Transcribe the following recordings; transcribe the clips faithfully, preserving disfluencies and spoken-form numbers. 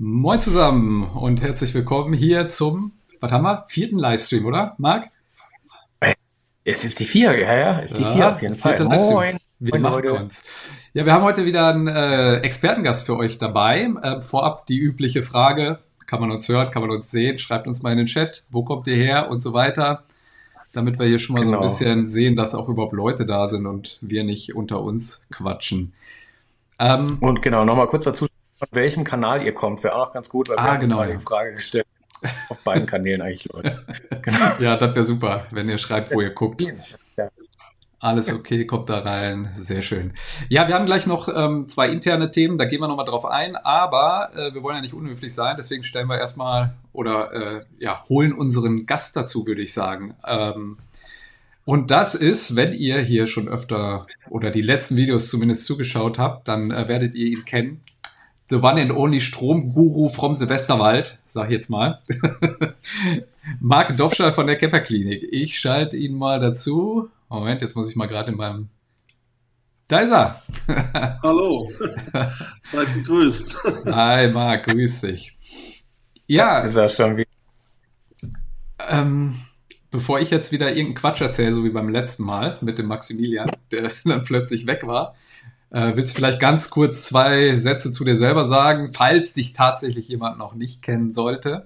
Moin zusammen und herzlich willkommen hier zum, was haben wir? Vierten Livestream, oder, Marc? Es ist die vier, ja, ja, ist die vier Ja, auf jeden Fall. vierter Livestream. Moin, Wir moin machen Leute. uns. Ja, wir haben heute wieder einen äh, Expertengast für euch dabei. Äh, vorab die übliche Frage, kann man uns hören, kann man uns sehen? Schreibt uns mal in den Chat, wo kommt ihr her und so weiter, damit wir hier schon mal so ein Genau. bisschen sehen, dass auch überhaupt Leute da sind und wir nicht unter uns quatschen. Ähm, Und genau, nochmal kurz dazu, von welchem Kanal ihr kommt, wäre auch noch ganz gut, weil wir ah, haben uns genau, gerade ja. die Frage gestellt, auf beiden Kanälen eigentlich Leute. Genau. Ja, das wäre super, wenn ihr schreibt, wo ihr guckt. Ja. Alles okay, kommt da rein. Sehr schön. Ja, wir haben gleich noch ähm, zwei interne Themen, da gehen wir nochmal drauf ein, aber äh, wir wollen ja nicht unhöflich sein, deswegen stellen wir erstmal oder äh, ja, holen unseren Gast dazu, würde ich sagen. Ähm, und das ist, wenn ihr hier schon öfter oder die letzten Videos zumindest zugeschaut habt, dann äh, werdet ihr ihn kennen. The one and only Stromguru vom Silvesterwald, sag ich jetzt mal. Marc Dopschal von der Kemperklinik. Ich schalte ihn mal dazu. Moment, jetzt muss ich mal gerade in meinem... Da ist er. Hallo, seid gegrüßt. Hi Marc, grüß dich. Da Ja, ist er schon wieder. ähm, bevor ich jetzt wieder irgendeinen Quatsch erzähle, so wie beim letzten Mal mit dem Maximilian, der dann plötzlich weg war, äh, willst du vielleicht ganz kurz zwei Sätze zu dir selber sagen, falls dich tatsächlich jemand noch nicht kennen sollte?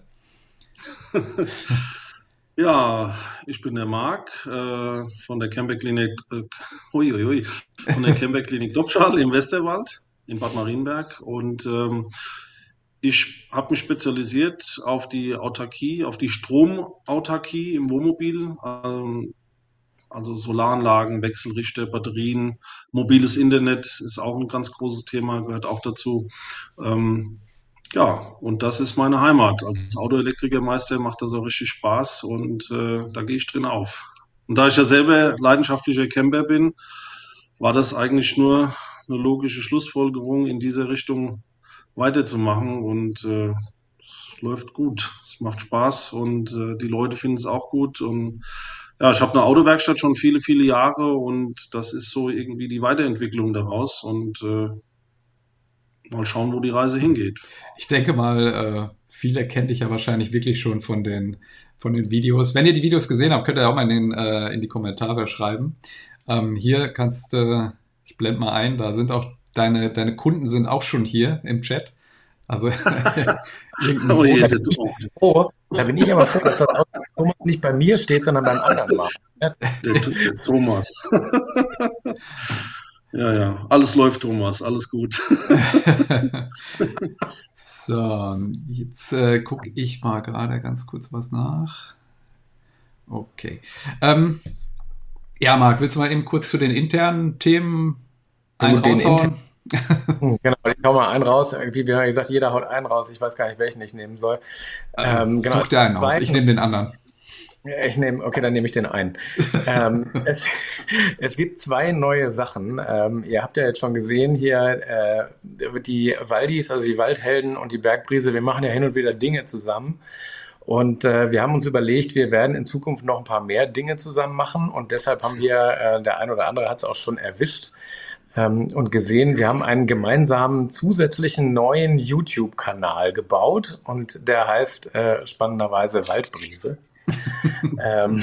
Ja, ich bin der Marc äh, von der Campbell-Klinik, äh, hui, hui, hui, von der Campbell-Klinik Dobschal im Westerwald in Bad Marienberg und ähm, ich habe mich spezialisiert auf die Autarkie, auf die Stromautarkie im Wohnmobil, ähm, also Solaranlagen, Wechselrichter, Batterien, mobiles Internet ist auch ein ganz großes Thema, gehört auch dazu. Ähm, Ja, und das ist meine Heimat. Als Autoelektrikermeister macht das auch richtig Spaß und äh, da gehe ich drin auf. Und da ich ja selber leidenschaftlicher Camper bin, war das eigentlich nur eine logische Schlussfolgerung, in diese Richtung weiterzumachen. Und äh, es läuft gut, es macht Spaß und äh, die Leute finden es auch gut. Und ja, ich habe eine Autowerkstatt schon viele, viele Jahre und das ist so irgendwie die Weiterentwicklung daraus. Und äh, mal schauen, wo die Reise hingeht. Ich denke mal, äh, viele kennen dich ja wahrscheinlich wirklich schon von den, von den Videos. Wenn ihr die Videos gesehen habt, könnt ihr auch mal in, den, äh, in die Kommentare schreiben. Ähm, hier kannst du, äh, ich blende mal ein, da sind auch deine, deine Kunden sind auch schon hier im Chat. Also irgendein Oh je, Da Wohn bin der, ich oh, froh, da bin ich aber froh, dass das Auto nicht bei mir steht, sondern beim anderen Mann. Ja, der, der Thomas. Ja, ja, alles läuft, Thomas, alles gut. So, jetzt äh, gucke ich mal gerade ganz kurz was nach. Okay. Ähm, ja, Marc, willst du mal eben kurz zu den internen Themen zu einen den internen. raushauen? Genau, ich hau mal einen raus. Irgendwie, wir haben ja gesagt, jeder haut einen raus. Ich weiß gar nicht, welchen ich nehmen soll. Äh, Ähm, genau, such dir einen aus, ich zweiten. nehme den anderen. Ja, ich nehme, okay, dann nehme ich den einen. Ähm, es, es gibt zwei neue Sachen. Ähm, ihr habt ja jetzt schon gesehen hier, äh, die Waldis, also die Waldhelden und die Bergbrise, wir machen ja hin und wieder Dinge zusammen. Und äh, wir haben uns überlegt, wir werden in Zukunft noch ein paar mehr Dinge zusammen machen. Und deshalb haben wir, äh, der ein oder andere hat es auch schon erwischt, ähm, und gesehen, wir haben einen gemeinsamen zusätzlichen neuen YouTube-Kanal gebaut. Und der heißt äh, spannenderweise Waldbrise. Ähm,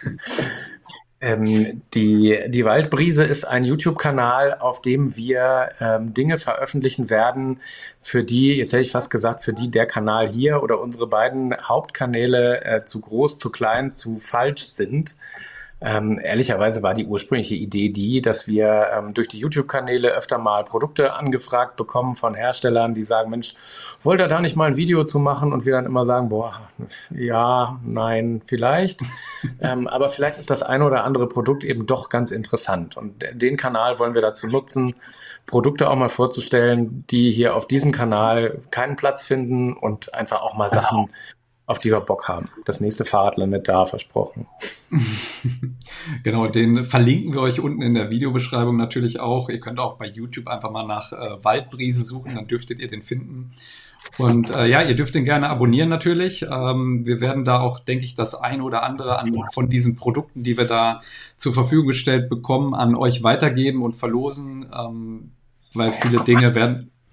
ähm, die, die Waldbrise ist ein YouTube-Kanal, auf dem wir ähm, Dinge veröffentlichen werden, für die, jetzt hätte ich fast gesagt, für die der Kanal hier oder unsere beiden Hauptkanäle äh, zu groß, zu klein, zu falsch sind. Ähm, ehrlicherweise war die ursprüngliche Idee die, dass wir ähm, durch die YouTube-Kanäle öfter mal Produkte angefragt bekommen von Herstellern, die sagen, Mensch, wollt ihr da nicht mal ein Video zu machen? Und wir dann immer sagen, boah, ja, nein, vielleicht. Ähm, aber vielleicht ist das eine oder andere Produkt eben doch ganz interessant. Und den Kanal wollen wir dazu nutzen, Produkte auch mal vorzustellen, die hier auf diesem Kanal keinen Platz finden und einfach auch mal Sachen, auf die wir Bock haben. Das nächste Fahrrad landet da, versprochen. Genau, den verlinken wir euch unten in der Videobeschreibung natürlich auch. Ihr könnt auch bei YouTube einfach mal nach äh, Waldbrise suchen, dann dürftet ihr den finden. Und äh, ja, ihr dürft den gerne abonnieren natürlich. Ähm, wir werden da auch, denke ich, das eine oder andere an, von diesen Produkten, die wir da zur Verfügung gestellt bekommen, an euch weitergeben und verlosen, ähm, weil viele Dinge werden...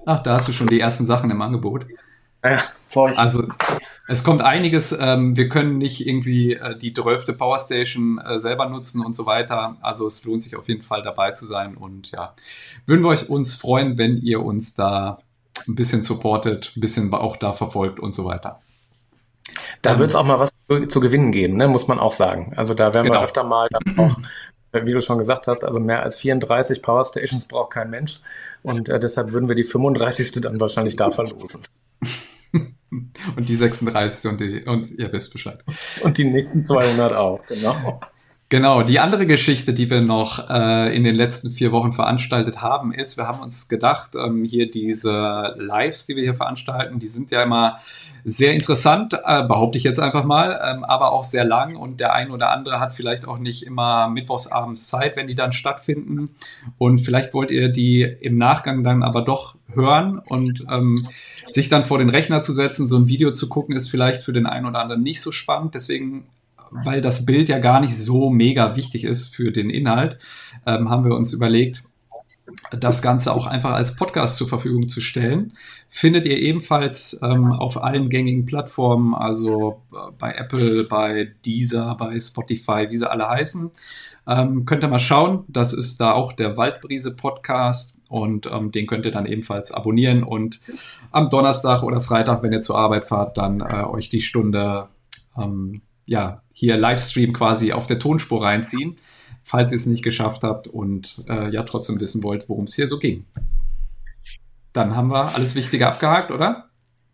Ach, da hast du schon die ersten Sachen im Angebot. Ja, Zeug. Also es kommt einiges. Ähm, wir können nicht irgendwie äh, die zwölfte Powerstation äh, selber nutzen und so weiter. Also es lohnt sich auf jeden Fall dabei zu sein. Und ja, würden wir euch uns freuen, wenn ihr uns da ein bisschen supportet, ein bisschen auch da verfolgt und so weiter. Da Ähm, wird es auch mal was zu, zu gewinnen geben, ne, muss man auch sagen. Also da werden genau. wir öfter mal dann auch, wie du schon gesagt hast, also mehr als vierunddreißig Powerstations braucht kein Mensch. Und äh, deshalb würden wir die fünfunddreißigste dann wahrscheinlich da verlosen. Und die sechsunddreißig und, die, und ihr wisst Bescheid. Und die nächsten zweihundert auch, genau. Genau, die andere Geschichte, die wir noch äh, in den letzten vier Wochen veranstaltet haben, ist, wir haben uns gedacht, ähm, hier diese Lives, die wir hier veranstalten, die sind ja immer sehr interessant, äh, behaupte ich jetzt einfach mal, ähm, aber auch sehr lang und der ein oder andere hat vielleicht auch nicht immer mittwochsabends Zeit, wenn die dann stattfinden und vielleicht wollt ihr die im Nachgang dann aber doch hören und ähm, sich dann vor den Rechner zu setzen, so ein Video zu gucken, ist vielleicht für den einen oder anderen nicht so spannend, deswegen weil das Bild ja gar nicht so mega wichtig ist für den Inhalt, ähm, haben wir uns überlegt, das Ganze auch einfach als Podcast zur Verfügung zu stellen. Findet ihr ebenfalls ähm, auf allen gängigen Plattformen, also äh, bei Apple, bei Deezer, bei Spotify, wie sie alle heißen. Ähm, könnt ihr mal schauen, das ist da auch der Waldbrise-Podcast und ähm, den könnt ihr dann ebenfalls abonnieren und am Donnerstag oder Freitag, wenn ihr zur Arbeit fahrt, dann äh, euch die Stunde ähm, ja, hier Livestream quasi auf der Tonspur reinziehen, falls ihr es nicht geschafft habt und äh, ja trotzdem wissen wollt, worum es hier so ging. Dann haben wir alles Wichtige abgehakt, oder?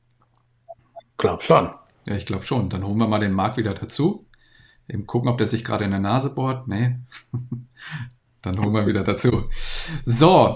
Glaub schon. Ja, ich glaube schon. Dann holen wir mal den Marc wieder dazu. Eben gucken, ob der sich gerade in der Nase bohrt. Nee. Dann holen wir ihn wieder dazu. So.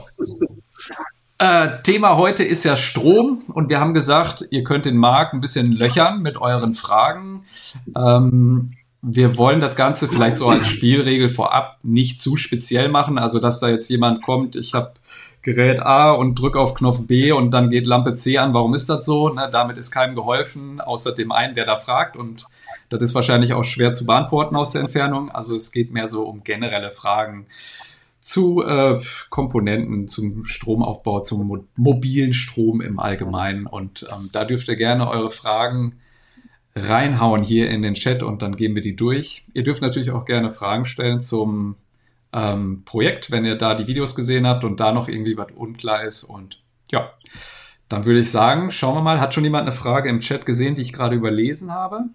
Äh, Thema heute ist ja Strom und wir haben gesagt, ihr könnt den Marc ein bisschen löchern mit euren Fragen. Ähm, wir wollen das Ganze vielleicht so als Spielregel vorab nicht zu speziell machen, also dass da jetzt jemand kommt, ich habe Gerät A und drücke auf Knopf B und dann geht Lampe C an, warum ist das so? Ne, damit ist keinem geholfen, außer dem einen, der da fragt und das ist wahrscheinlich auch schwer zu beantworten aus der Entfernung. Also es geht mehr so um generelle Fragen zu äh, Komponenten, zum Stromaufbau, zum mo mobilen Strom im Allgemeinen. Und ähm, da dürft ihr gerne eure Fragen reinhauen hier in den Chat und dann gehen wir die durch. Ihr dürft natürlich auch gerne Fragen stellen zum ähm, Projekt, wenn ihr da die Videos gesehen habt und da noch irgendwie was unklar ist. Und ja, dann würde ich sagen, schauen wir mal, hat schon jemand eine Frage im Chat gesehen, die ich gerade überlesen habe?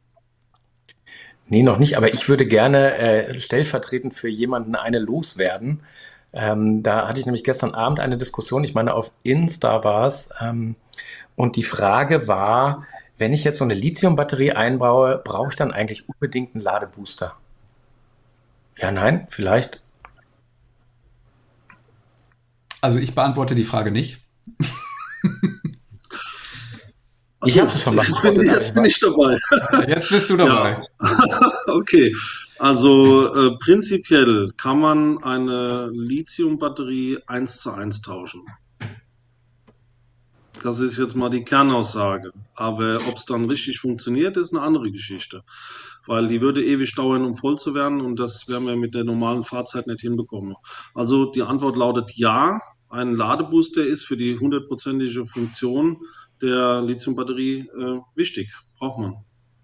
Nee, noch nicht, aber ich würde gerne äh, stellvertretend für jemanden eine loswerden. Ähm, da hatte ich nämlich gestern Abend eine Diskussion, ich meine auf Insta war es, ähm, und die Frage war, wenn ich jetzt so eine Lithium-Batterie einbaue, brauche ich dann eigentlich unbedingt einen Ladebooster? Ja, nein, vielleicht. Also ich beantworte die Frage nicht. Ich habe es schon jetzt bin, jetzt bin ich dabei. Jetzt bist du dabei. Ja. Okay, also äh, prinzipiell kann man eine Lithium-Batterie eins zu eins tauschen. Das ist jetzt mal die Kernaussage. Aber ob es dann richtig funktioniert, ist eine andere Geschichte. Weil die würde ewig dauern, um voll zu werden und das werden wir mit der normalen Fahrzeit nicht hinbekommen. Also die Antwort lautet ja, ein Ladebooster ist für die hundertprozentige Funktion der Lithium-Batterie äh, wichtig, braucht man.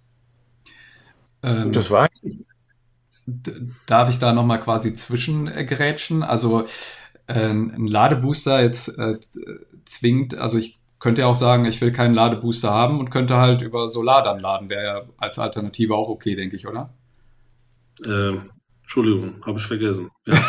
Ähm, Das war darf ich da nochmal quasi zwischengrätschen? Also äh, ein Ladebooster jetzt äh, zwingt, also ich könnte ja auch sagen, ich will keinen Ladebooster haben und könnte halt über Solar dann laden, wäre ja als Alternative auch okay, denke ich, oder? Äh, Entschuldigung, habe ich vergessen. Ja.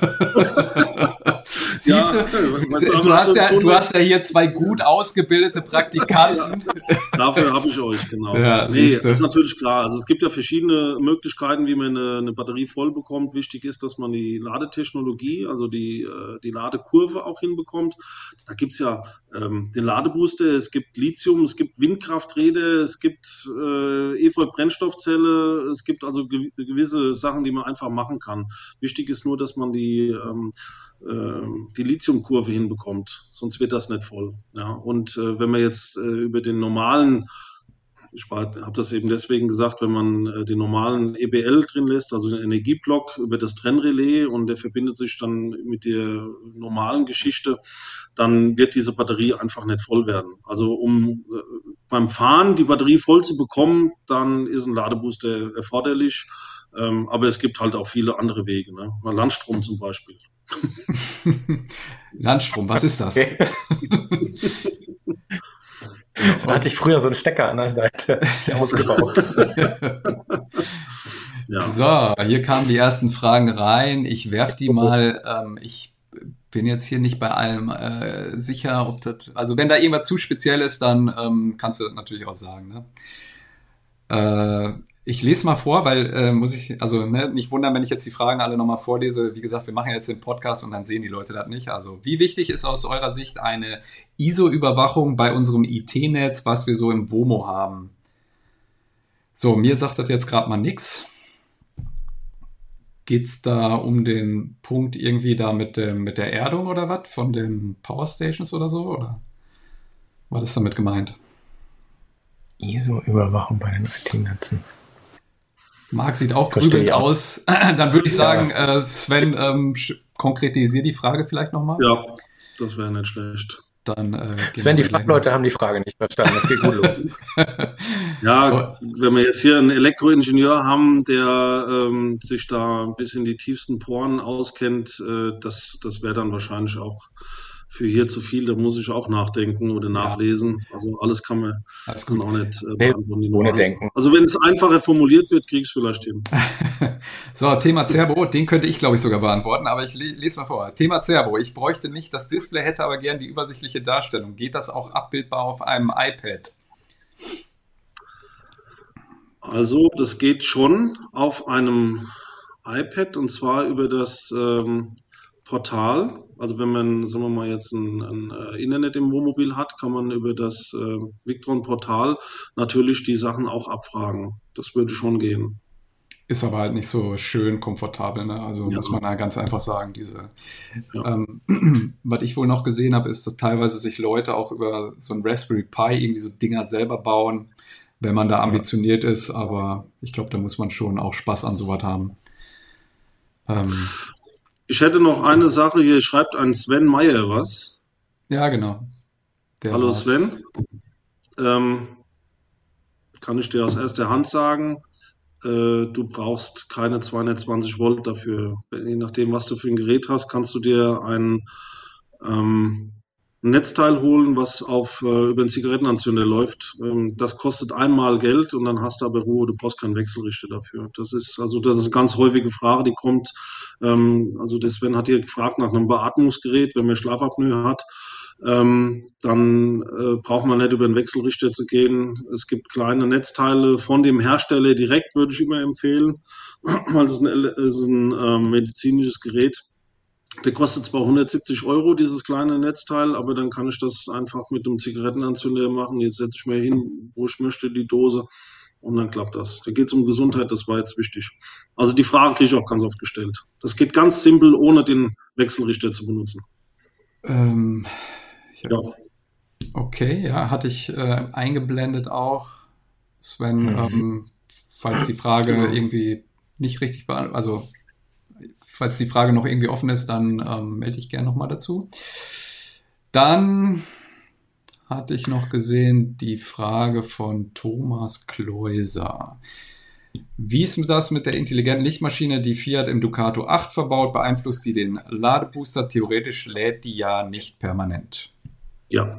Siehst Ja, du, weißt du, aber hast so ja, Tunnel- du hast ja hier zwei gut ausgebildete Praktikanten. Dafür habe ich euch, genau. Ja, nee, siehste. das ist natürlich klar. Also es gibt ja verschiedene Möglichkeiten, wie man eine, eine Batterie voll bekommt. Wichtig ist, dass man die Ladetechnologie, also die, äh, die Ladekurve auch hinbekommt. Da gibt's ja ähm, den Ladebooster, es gibt Lithium, es gibt Windkrafträder, es gibt äh, Efeu-Brennstoffzelle, es gibt also gew gewisse Sachen, die man einfach machen kann. Wichtig ist nur, dass man die ähm, die Lithiumkurve hinbekommt, sonst wird das nicht voll. Ja, und äh, wenn man jetzt äh, über den normalen ich habe das eben deswegen gesagt, wenn man äh, den normalen E B L drin lässt, also den Energieblock über das Trennrelais und der verbindet sich dann mit der normalen Geschichte, dann wird diese Batterie einfach nicht voll werden. Also um äh, beim Fahren die Batterie voll zu bekommen, dann ist ein Ladebooster erforderlich. Ähm, aber es gibt halt auch viele andere Wege, ne? Landstrom zum Beispiel. Landstrom, was ist das? Okay. Da hatte ich früher so einen Stecker an der Seite ausgebaut. Ja. So, hier kamen die ersten Fragen rein. Ich werfe die mal. Ähm, ich bin jetzt hier nicht bei allem äh, sicher, ob das. Also wenn da irgendwas zu speziell ist, dann ähm, kannst du das natürlich auch sagen. Ne? Äh, ich lese mal vor, weil äh, muss ich, also ne, nicht wundern, wenn ich jetzt die Fragen alle nochmal vorlese. Wie gesagt, wir machen jetzt den Podcast und dann sehen die Leute das nicht. Also wie wichtig ist aus eurer Sicht eine I S O-Überwachung bei unserem I T-Netz, was wir so im WOMO haben? So, mir sagt das jetzt gerade mal nichts. Geht es da um den Punkt irgendwie da mit, dem, mit der Erdung oder was? Von den Powerstations oder so? Oder was ist damit gemeint? I S O-Überwachung bei den I T-Netzen. Marc sieht auch grübelnd aus. Dann würde ich sagen, ja. äh, Sven, ähm, konkretisier die Frage vielleicht nochmal. Ja, das wäre nicht schlecht. Dann, äh, Sven, die Fachleute haben die Frage nicht verstanden. Das geht gut los. Ja, wenn wir jetzt hier einen Elektroingenieur haben, der ähm, sich da bis in die tiefsten Poren auskennt, äh, das, das wäre dann wahrscheinlich auch für hier zu viel. Da muss ich auch nachdenken oder nachlesen. Ja. Also alles kann man kann auch nicht äh, beantworten. Nee, ohne denken. Also wenn es einfacher formuliert wird, kriege ich es vielleicht hin. So, Thema Cerbo, den könnte ich, glaube ich, sogar beantworten, aber ich lese mal vor. Thema Cerbo, ich bräuchte nicht das Display, hätte aber gern die übersichtliche Darstellung. Geht das auch abbildbar auf einem iPad? Also das geht schon auf einem iPad und zwar über das ähm, Portal. Also wenn man, sagen wir mal, jetzt ein, ein Internet im Wohnmobil hat, kann man über das äh, Victron-Portal natürlich die Sachen auch abfragen. Das würde schon gehen. Ist aber halt nicht so schön komfortabel, ne? Also ja. Muss man da ganz einfach sagen, diese. Ja. Ähm, was ich wohl noch gesehen habe, ist, dass teilweise sich Leute auch über so ein Raspberry Pi irgendwie so Dinger selber bauen, wenn man da ambitioniert ja. ist. Aber ich glaube, da muss man schon auch Spaß an sowas haben. Ähm, Ich hätte noch eine Sache, hier schreibt ein Sven Meyer was. Ja, genau. Der Hallo war's. Sven. Ähm, kann ich dir aus erster Hand sagen, äh, du brauchst keine zweihundertzwanzig Volt dafür. Je nachdem, was du für ein Gerät hast, kannst du dir ein ähm, Netzteil holen, was auf äh, über einen Zigarettenanzünder läuft. Ähm, das kostet einmal Geld und dann hast du aber Ruhe, du brauchst keinen Wechselrichter dafür. Das ist also das ist eine ganz häufige Frage, die kommt. Ähm, also der Sven hat hier gefragt nach einem Beatmungsgerät, wenn man Schlafapnoe hat. Ähm, dann äh, braucht man nicht über einen Wechselrichter zu gehen. Es gibt kleine Netzteile von dem Hersteller direkt, würde ich immer empfehlen, weil es ist ein, ist ein äh, medizinisches Gerät. Der kostet zwar hundertsiebzig Euro, dieses kleine Netzteil, aber dann kann ich das einfach mit einem Zigarettenanzünder machen. Jetzt setze ich mir hin, wo ich möchte, die Dose und dann klappt das. Da geht es um Gesundheit, das war jetzt wichtig. Also die Frage kriege ich auch ganz oft gestellt. Das geht ganz simpel, ohne den Wechselrichter zu benutzen. Ähm, ja. ja. Okay, ja, hatte ich äh, eingeblendet auch, Sven, mhm. ähm, falls die Frage ja. irgendwie nicht richtig beantwortet, also falls die Frage noch irgendwie offen ist, dann ähm, melde ich gerne nochmal dazu. Dann hatte ich noch gesehen die Frage von Thomas Kleuser. Wie ist das mit der intelligenten Lichtmaschine, die Fiat im Ducato acht verbaut? Beeinflusst die den Ladebooster? Theoretisch lädt die ja nicht permanent. Ja.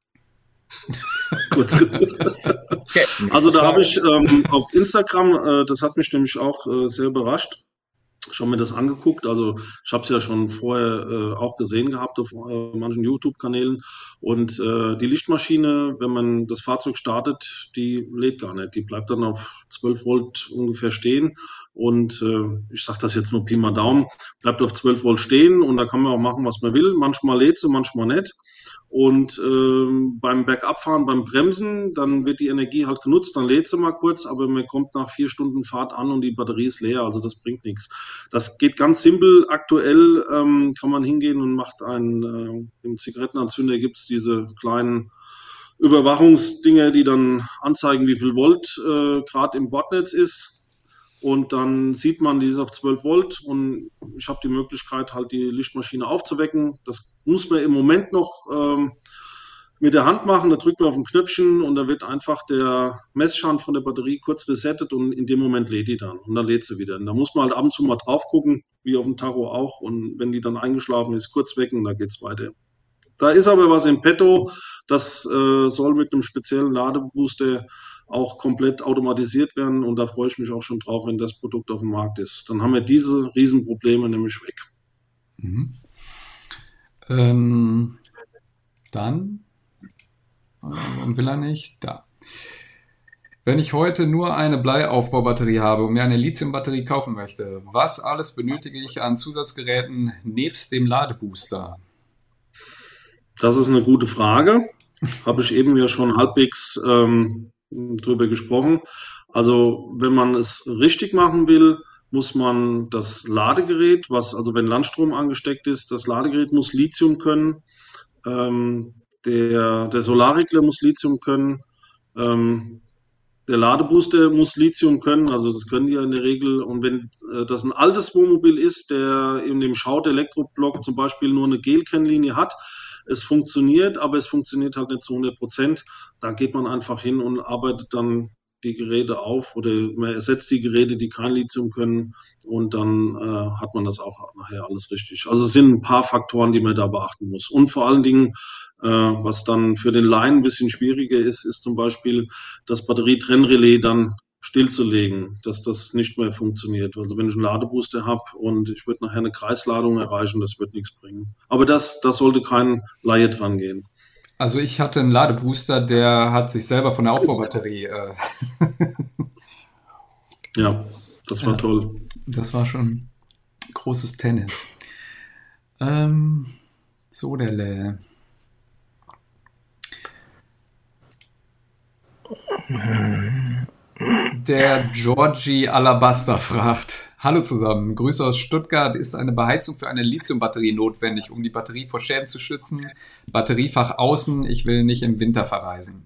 Gut. Okay. Also da habe ich ähm, auf Instagram, äh, das hat mich nämlich auch äh, sehr überrascht, schon mir das angeguckt. Also ich habe es ja schon vorher äh, auch gesehen gehabt auf äh, manchen YouTube-Kanälen. Und äh, die Lichtmaschine, wenn man das Fahrzeug startet, die lädt gar nicht. Die bleibt dann auf zwölf Volt ungefähr stehen. Und äh, ich sage das jetzt nur Pi mal Daumen, bleibt auf zwölf Volt stehen und da kann man auch machen, was man will. Manchmal lädt sie, manchmal nicht. Und ähm, beim Bergabfahren, beim Bremsen, dann wird die Energie halt genutzt, dann lädt sie mal kurz, aber man kommt nach vier Stunden Fahrt an und die Batterie ist leer, also das bringt nichts. Das geht ganz simpel. Aktuell ähm, kann man hingehen und macht einen, äh, im Zigarettenanzünder gibt's diese kleinen Überwachungsdinger, die dann anzeigen, wie viel Volt äh, gerade im Bordnetz ist. Und dann sieht man, die ist auf zwölf Volt und ich habe die Möglichkeit, halt die Lichtmaschine aufzuwecken. Das muss man im Moment noch ähm, mit der Hand machen. Da drückt man auf ein Knöpfchen und dann wird einfach der Messstand von der Batterie kurz resettet und in dem Moment lädt die dann. Und dann lädt sie wieder. Und da muss man halt ab und zu mal drauf gucken, wie auf dem Tacho auch. Und wenn die dann eingeschlafen ist, kurz wecken, dann geht's weiter. Da ist aber was im Petto. Das äh, soll mit einem speziellen Ladebooster auch komplett automatisiert werden. Und da freue ich mich auch schon drauf, wenn das Produkt auf dem Markt ist. Dann haben wir diese Riesenprobleme nämlich weg. Mhm. Ähm, dann, warum will er nicht? Da. Wenn ich heute nur eine Bleiaufbaubatterie habe und mir eine Lithiumbatterie kaufen möchte, was alles benötige ich an Zusatzgeräten nebst dem Ladebooster? Das ist eine gute Frage. Habe ich eben ja schon halbwegs ähm, drüber gesprochen. Also wenn man es richtig machen will, muss man das Ladegerät, was also wenn Landstrom angesteckt ist, das Ladegerät muss Lithium können. Ähm, der, der Solarregler muss Lithium können. Ähm, der Ladebooster muss Lithium können, also das können die ja in der Regel. Und wenn äh, das ein altes Wohnmobil ist, der in dem Schaut-Elektroblock zum Beispiel nur eine Gel-Kennlinie hat, es funktioniert, aber es funktioniert halt nicht zu hundert Prozent. Da geht man einfach hin und arbeitet dann die Geräte auf oder man ersetzt die Geräte, die kein Lithium können und dann äh, hat man das auch nachher alles richtig. Also es sind ein paar Faktoren, die man da beachten muss. Und vor allen Dingen, äh, was dann für den Laien ein bisschen schwieriger ist, ist zum Beispiel das Batterietrennrelais dann stillzulegen, dass das nicht mehr funktioniert. Also wenn ich einen Ladebooster habe und ich würde nachher eine Kreisladung erreichen, das wird nichts bringen. Aber das, das sollte kein Laie dran gehen. Also ich hatte einen Ladebooster, der hat sich selber von der Aufbaubatterie. Äh ja, das war ja, toll. Das war schon großes Tennis. Ähm, so der Lä. Der Georgie Alabaster fragt: Hallo zusammen, Grüße aus Stuttgart. Ist eine Beheizung für eine Lithiumbatterie notwendig, um die Batterie vor Schäden zu schützen? Batteriefach außen, ich will nicht im Winter verreisen.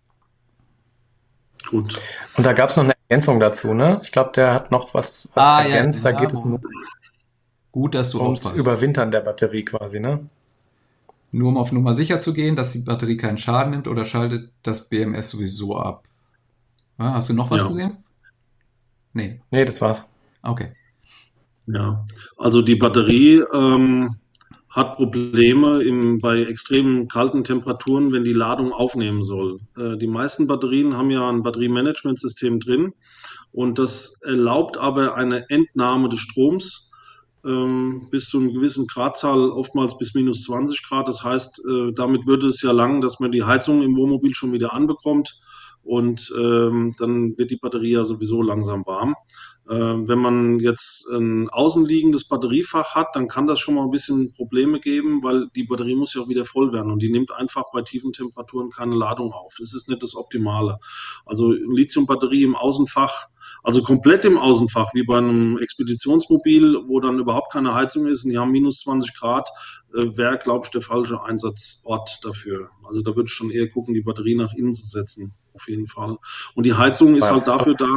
Gut. Und da gab es noch eine Ergänzung dazu, ne? Ich glaube, der hat noch was, was Ah, ergänzt. ja, Da geht es nur gut, dass du ums aufpasst. Überwintern der Batterie quasi, ne? Nur um auf Nummer sicher zu gehen, dass die Batterie keinen Schaden nimmt, oder schaltet das B M S sowieso ab? Ja, hast du noch was Ja. gesehen? Nee. Nee, das war's. Okay. Ja, also die Batterie ähm, hat Probleme im, bei extrem kalten Temperaturen, wenn die Ladung aufnehmen soll. Äh, die meisten Batterien haben ja ein Batteriemanagementsystem drin und das erlaubt aber eine Entnahme des Stroms ähm, bis zu einer gewissen Gradzahl, oftmals bis minus zwanzig Grad. Das heißt, äh, damit würde es ja langen, dass man die Heizung im Wohnmobil schon wieder anbekommt und ähm, dann wird die Batterie ja sowieso langsam warm. Wenn man jetzt ein außenliegendes Batteriefach hat, dann kann das schon mal ein bisschen Probleme geben, weil die Batterie muss ja auch wieder voll werden und die nimmt einfach bei tiefen Temperaturen keine Ladung auf. Das ist nicht das Optimale. Also Lithiumbatterie im Außenfach, also komplett im Außenfach, wie bei einem Expeditionsmobil, wo dann überhaupt keine Heizung ist und die haben minus zwanzig Grad, wäre, glaube ich, der falsche Einsatzort dafür. Also da würde ich schon eher gucken, die Batterie nach innen zu setzen, auf jeden Fall. Und die Heizung ist halt dafür da.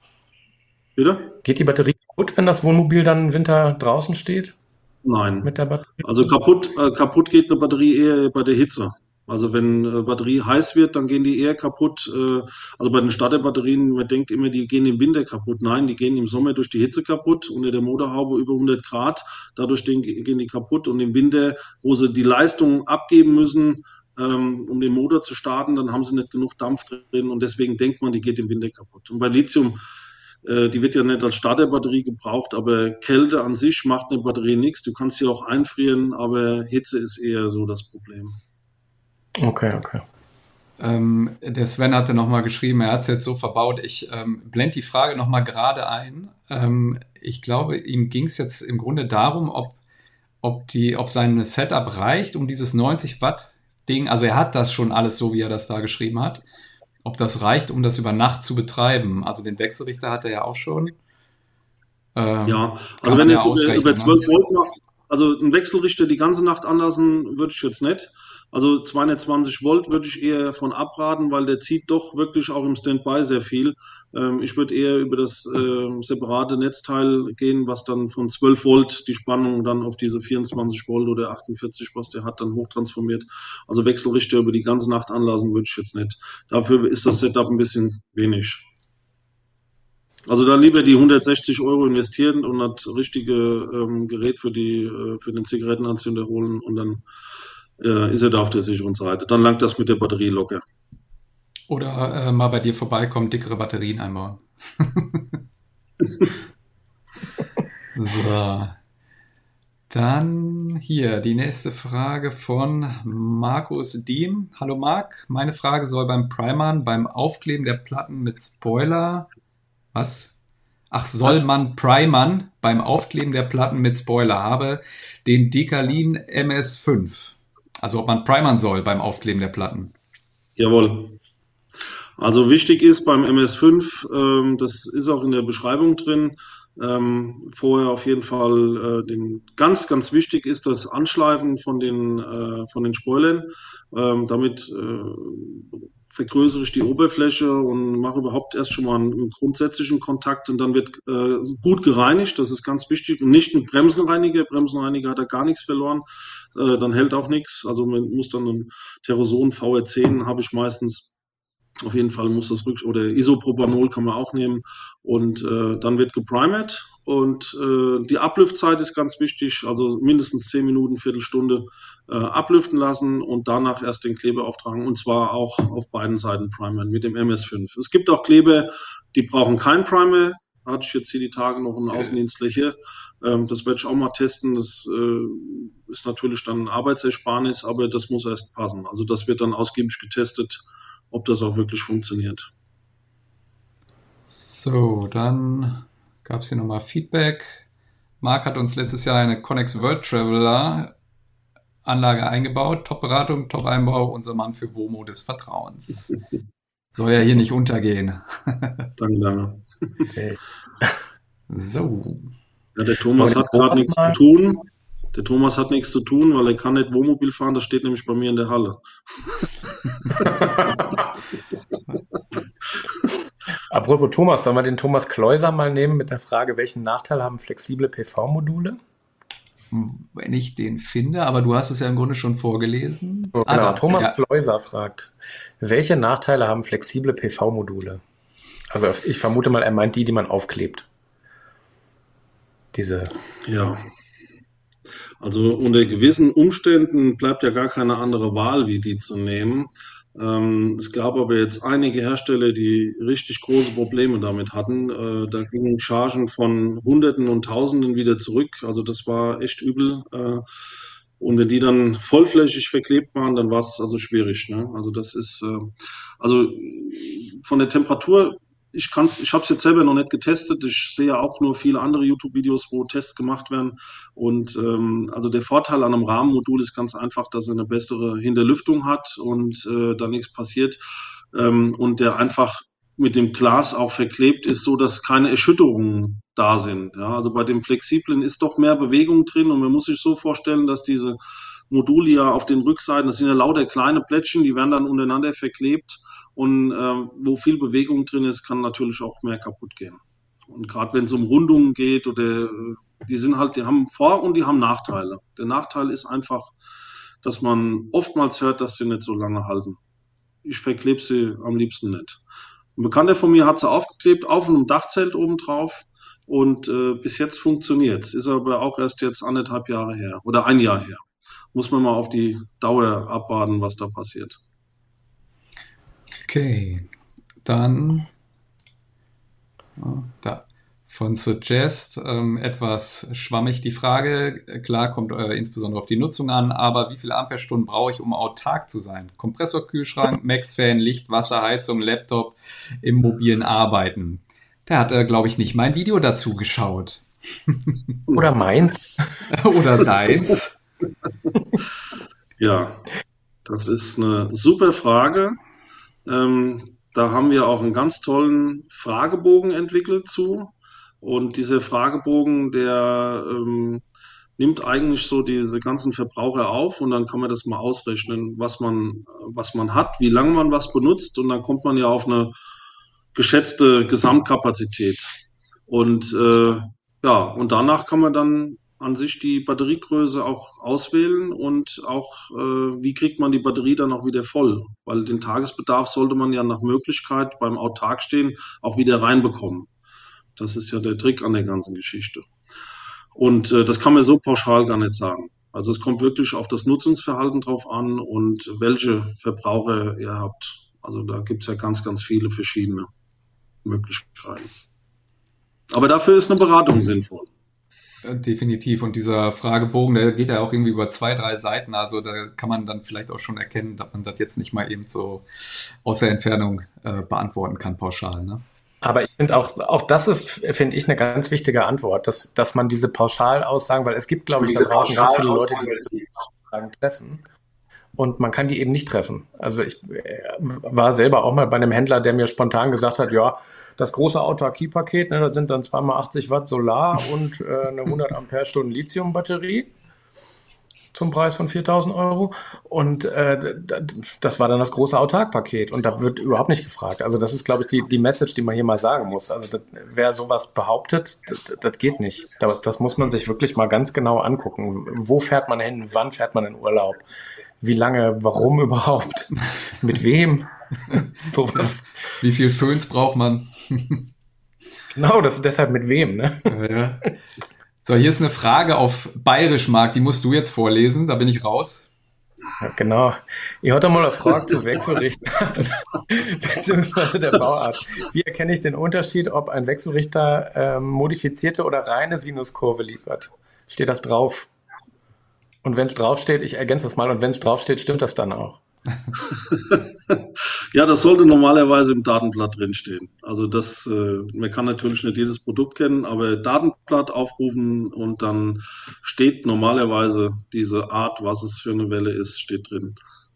Bitte? Geht die Batterie kaputt, wenn das Wohnmobil dann im Winter draußen steht? Nein. Mit der Batterie? Also kaputt, äh, kaputt geht eine Batterie eher bei der Hitze. Also wenn äh, Batterie heiß wird, dann gehen die eher kaputt. Äh, also bei den Starterbatterien, man denkt immer, die gehen im Winter kaputt. Nein, die gehen im Sommer durch die Hitze kaputt, unter der Motorhaube über hundert Grad. Dadurch gehen, gehen die kaputt. Und im Winter, wo sie die Leistung abgeben müssen, ähm, um den Motor zu starten, dann haben sie nicht genug Dampf drin. Und deswegen denkt man, die geht im Winter kaputt. Und bei Lithium, die wird ja nicht als Starterbatterie gebraucht, aber Kälte an sich macht eine Batterie nichts. Du kannst sie auch einfrieren, aber Hitze ist eher so das Problem. Okay, okay. Ähm, der Sven hatte nochmal geschrieben, er hat es jetzt so verbaut. Ich ähm, blende die Frage nochmal gerade ein. Ähm, ich glaube, ihm ging es jetzt im Grunde darum, ob, ob, die, ob sein Setup reicht, um dieses neunzig Watt Ding, also er hat das schon alles so, wie er das da geschrieben hat, ob das reicht, um das über Nacht zu betreiben. Also den Wechselrichter hat er ja auch schon. Ähm, ja, also wenn er es über, über zwölf Volt macht, also einen Wechselrichter die ganze Nacht anlassen, würde ich jetzt nicht. Also zweihundertzwanzig Volt würde ich eher von abraten, weil der zieht doch wirklich auch im Standby sehr viel. Ähm, ich würde eher über das äh, separate Netzteil gehen, was dann von zwölf Volt die Spannung dann auf diese vierundzwanzig Volt oder achtundvierzig, was der hat, dann hochtransformiert. Also Wechselrichter über die ganze Nacht anlassen würde ich jetzt nicht. Dafür ist das Setup ein bisschen wenig. Also da lieber die hundertsechzig Euro investieren und das richtige ähm, Gerät für die äh, für den Zigarettenanzünder holen und dann äh, ist er da auf der sicheren Seite. Dann langt das mit der Batterie locker. Oder äh, mal bei dir vorbeikommen, dickere Batterien einbauen. So. Dann hier die nächste Frage von Markus Diem. Hallo Marc, meine Frage soll beim Primern, beim Aufkleben der Platten mit Spoiler, was? Ach, soll Was? man primern beim Aufkleben der Platten mit Spoiler? Habe den Decalin M S fünf. Also ob man primern soll beim Aufkleben der Platten. Jawohl. Also wichtig ist beim M S fünf, ähm, das ist auch in der Beschreibung drin, ähm, vorher auf jeden Fall äh, den, ganz, ganz wichtig ist das Anschleifen von den, äh, von den Spoilern. Ähm, damit äh, vergrößere ich die Oberfläche und mache überhaupt erst schon mal einen, einen grundsätzlichen Kontakt und dann wird äh, gut gereinigt, das ist ganz wichtig. Und nicht mit Bremsenreiniger, Bremsenreiniger hat da gar nichts verloren, äh, dann hält auch nichts. Also man muss dann einen Teroson V R zehn habe ich meistens. Auf jeden Fall muss das rück oder Isopropanol kann man auch nehmen und äh, dann wird geprimert und äh, die Ablüftzeit ist ganz wichtig, also mindestens zehn Minuten, Viertelstunde äh, ablüften lassen und danach erst den Kleber auftragen und zwar auch auf beiden Seiten primern mit dem M S fünf. Es gibt auch Kleber, die brauchen keinen Primer. Hatte ich jetzt hier die Tage noch einen Außendienstler hier. Ähm, das werde ich auch mal testen. Das äh, ist natürlich dann ein Arbeitsersparnis, aber das muss erst passen. Also das wird dann ausgiebig getestet, ob das auch wirklich funktioniert. So, dann gab es hier nochmal Feedback. Marc hat uns letztes Jahr eine Connex World Traveler Anlage eingebaut. Top-Beratung, Top-Einbau, unser Mann für WOMO des Vertrauens. Soll ja hier nicht untergehen. Danke, danke. Okay. So. Ja, der Thomas hat gerade nichts zu tun. Der Thomas hat nichts zu tun, weil er kann nicht Wohnmobil fahren. Das steht nämlich bei mir in der Halle. Apropos Thomas, sollen wir den Thomas Kleuser mal nehmen mit der Frage, welchen Nachteil haben flexible P V-Module? Wenn ich den finde, aber du hast es ja im Grunde schon vorgelesen. So, Ah, genau. da, Thomas ja. Kleuser fragt, welche Nachteile haben flexible P V-Module? Also ich vermute mal, er meint die, die man aufklebt. Diese. Ja. Also unter gewissen Umständen bleibt ja gar keine andere Wahl, wie die zu nehmen. Ähm, es gab aber jetzt einige Hersteller, die richtig große Probleme damit hatten. Äh, da gingen Chargen von Hunderten und Tausenden wieder zurück. Also das war echt übel. Äh, und wenn die dann vollflächig verklebt waren, dann war es also schwierig. Ne? Also das ist, äh, also von der Temperatur, ich kann's, ich habe es jetzt selber noch nicht getestet. Ich sehe ja auch nur viele andere YouTube-Videos, wo Tests gemacht werden. Und ähm, also der Vorteil an einem Rahmenmodul ist ganz einfach, dass er eine bessere Hinterlüftung hat und äh, da nichts passiert. Ähm, und der einfach mit dem Glas auch verklebt ist, so dass keine Erschütterungen da sind. Ja, also bei dem Flexiblen ist doch mehr Bewegung drin und man muss sich so vorstellen, dass diese Module ja auf den Rückseiten, das sind ja lauter kleine Plättchen, die werden dann untereinander verklebt. Und äh, wo viel Bewegung drin ist, kann natürlich auch mehr kaputt gehen. Und gerade wenn es um Rundungen geht oder die sind halt, die haben Vor- und die haben Nachteile. Der Nachteil ist einfach, dass man oftmals hört, dass sie nicht so lange halten. Ich verklebe sie am liebsten nicht. Ein Bekannter von mir hat sie aufgeklebt auf einem Dachzelt oben drauf und äh, bis jetzt funktioniert es. Ist aber auch erst jetzt anderthalb Jahre her oder ein Jahr her. Muss man mal auf die Dauer abwarten, was da passiert. Okay, dann ja, da von Suggest ähm, etwas schwammig die Frage. Klar, kommt äh, insbesondere auf die Nutzung an, aber wie viele Ampere-Stunden brauche ich, um autark zu sein? Kompressor, Kühlschrank, Max-Fan, Licht, Wasser, Heizung, Laptop, im mobilen Arbeiten. Der hat, äh, glaube ich, nicht mein Video dazu geschaut. Oder meins. Oder deins. Ja, das ist eine super Frage. Ähm, da haben wir auch einen ganz tollen Fragebogen entwickelt zu. Und dieser Fragebogen, der ähm, nimmt eigentlich so diese ganzen Verbraucher auf und dann kann man das mal ausrechnen, was man, was man hat, wie lange man was benutzt und dann kommt man ja auf eine geschätzte Gesamtkapazität. Und äh, ja, und danach kann man dann an sich die Batteriegröße auch auswählen und auch, äh, wie kriegt man die Batterie dann auch wieder voll? Weil den Tagesbedarf sollte man ja nach Möglichkeit beim Autarkstehen auch wieder reinbekommen. Das ist ja der Trick an der ganzen Geschichte. Und äh, das kann man so pauschal gar nicht sagen. Also es kommt wirklich auf das Nutzungsverhalten drauf an und welche Verbraucher ihr habt. Also da gibt es ja ganz, ganz viele verschiedene Möglichkeiten. Aber dafür ist eine Beratung sinnvoll. Definitiv. Und dieser Fragebogen, der geht ja auch irgendwie über zwei, drei Seiten. Also da kann man dann vielleicht auch schon erkennen, dass man das jetzt nicht mal eben so aus der Entfernung äh, beantworten kann, pauschal. Ne? Aber ich finde auch, auch das ist, finde ich, eine ganz wichtige Antwort, dass, dass man diese Pauschalaussagen, weil es gibt, glaube ich, da draußen ganz viele Leute, die diese Aussagen treffen. Und man kann die eben nicht treffen. Also ich war selber auch mal bei einem Händler, der mir spontan gesagt hat, ja, das große Autarkie-Paket, ne, da sind dann zweimal achtzig Watt Solar und äh, eine hundert Ampere-Stunden Lithium-Batterie zum Preis von viertausend Euro. Und äh, das war dann das große Autark-Paket. Und da wird überhaupt nicht gefragt. Also das ist, glaube ich, die, die Message, die man hier mal sagen muss. Also das, wer sowas behauptet, das, das geht nicht. Das, das muss man sich wirklich mal ganz genau angucken. Wo fährt man hin? Wann fährt man in Urlaub? Wie lange? Warum überhaupt? Mit wem? Sowas. Wie viel Föhns braucht man? Genau, das ist deshalb mit wem, ne? Ja, ja. So, hier ist eine Frage auf Bayerisch, Marc, die musst du jetzt vorlesen, da bin ich raus. Ja, genau. Ich hatte mal eine Frage zu Wechselrichter beziehungsweise der Bauart. Wie erkenne ich den Unterschied, ob ein Wechselrichter ähm, modifizierte oder reine Sinuskurve liefert? Steht das drauf? Und wenn es draufsteht, ich ergänze das mal, und wenn es draufsteht, stimmt das dann auch? Ja, das sollte normalerweise im Datenblatt drinstehen. Also das, äh, man kann natürlich nicht jedes Produkt kennen, aber Datenblatt aufrufen und dann steht normalerweise diese Art, was es für eine Welle ist, steht drin.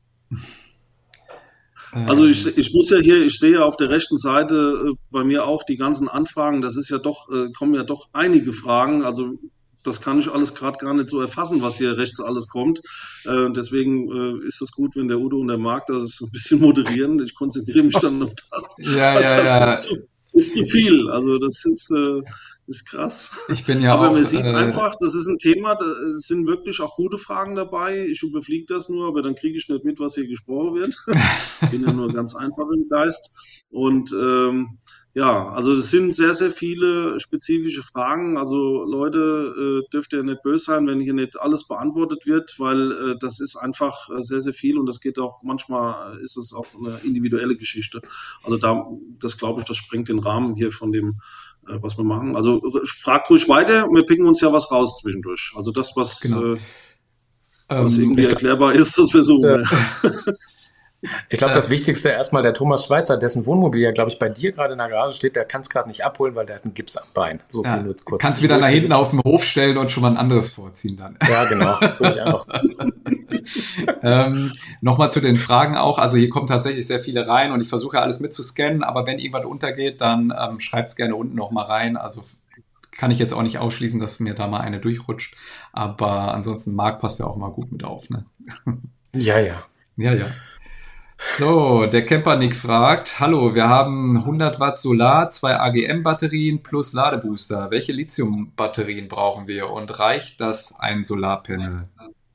Also ich, ich muss ja hier, ich sehe auf der rechten Seite äh, bei mir auch die ganzen Anfragen, das ist ja doch, äh, kommen ja doch einige Fragen, also das kann ich alles gerade gar nicht so erfassen, was hier rechts alles kommt. Äh, deswegen äh, ist es gut, wenn der Udo und der Marc das ein bisschen moderieren. Ich konzentriere mich dann auf das. Ja, ja, das ja. Ist zu, ist zu viel. Also das ist, äh, ist krass. Ich bin ja aber auch, man sieht äh, einfach, das ist ein Thema, da sind wirklich auch gute Fragen dabei. Ich überfliege das nur, aber dann kriege ich nicht mit, was hier gesprochen wird. Ich bin ja nur ganz einfach im Geist. Und ähm, ja, also es sind sehr, sehr viele spezifische Fragen. Also Leute, äh, dürft ihr nicht böse sein, wenn hier nicht alles beantwortet wird, weil äh, das ist einfach äh, sehr, sehr viel und das geht auch, manchmal ist es auch eine individuelle Geschichte. Also da, das glaube ich, das sprengt den Rahmen hier von dem, äh, was wir machen. Also fragt ruhig weiter, wir picken uns ja was raus zwischendurch. Also das, was, Genau. äh, was Ähm, irgendwie ich- erklärbar ist, das versuchen wir. Ich glaube, Äh. das Wichtigste erstmal der Thomas Schweizer, dessen Wohnmobil ja, glaube ich, bei dir gerade in der Garage steht, der kann es gerade nicht abholen, weil der hat einen Gips am Bein. So viel Ja, nur kurz. kannst wieder nach hinten auf den Hof stellen und schon mal ein anderes vorziehen dann. Ja, genau. Würde ich einfach. ähm, Nochmal zu den Fragen auch. Also hier kommen tatsächlich sehr viele rein und ich versuche alles mitzuscannen, aber wenn irgendwas untergeht, dann ähm, schreibt es gerne unten nochmal rein. Also f- kann ich jetzt auch nicht ausschließen, dass mir da mal eine durchrutscht. Aber ansonsten, Marc passt ja auch mal gut mit auf. Ne? Ja, ja. Ja, ja. So, der Campernick fragt, hallo, wir haben hundert Watt Solar, zwei A G M-Batterien plus Ladebooster. Welche Lithium-Batterien brauchen wir und reicht das ein Solarpanel?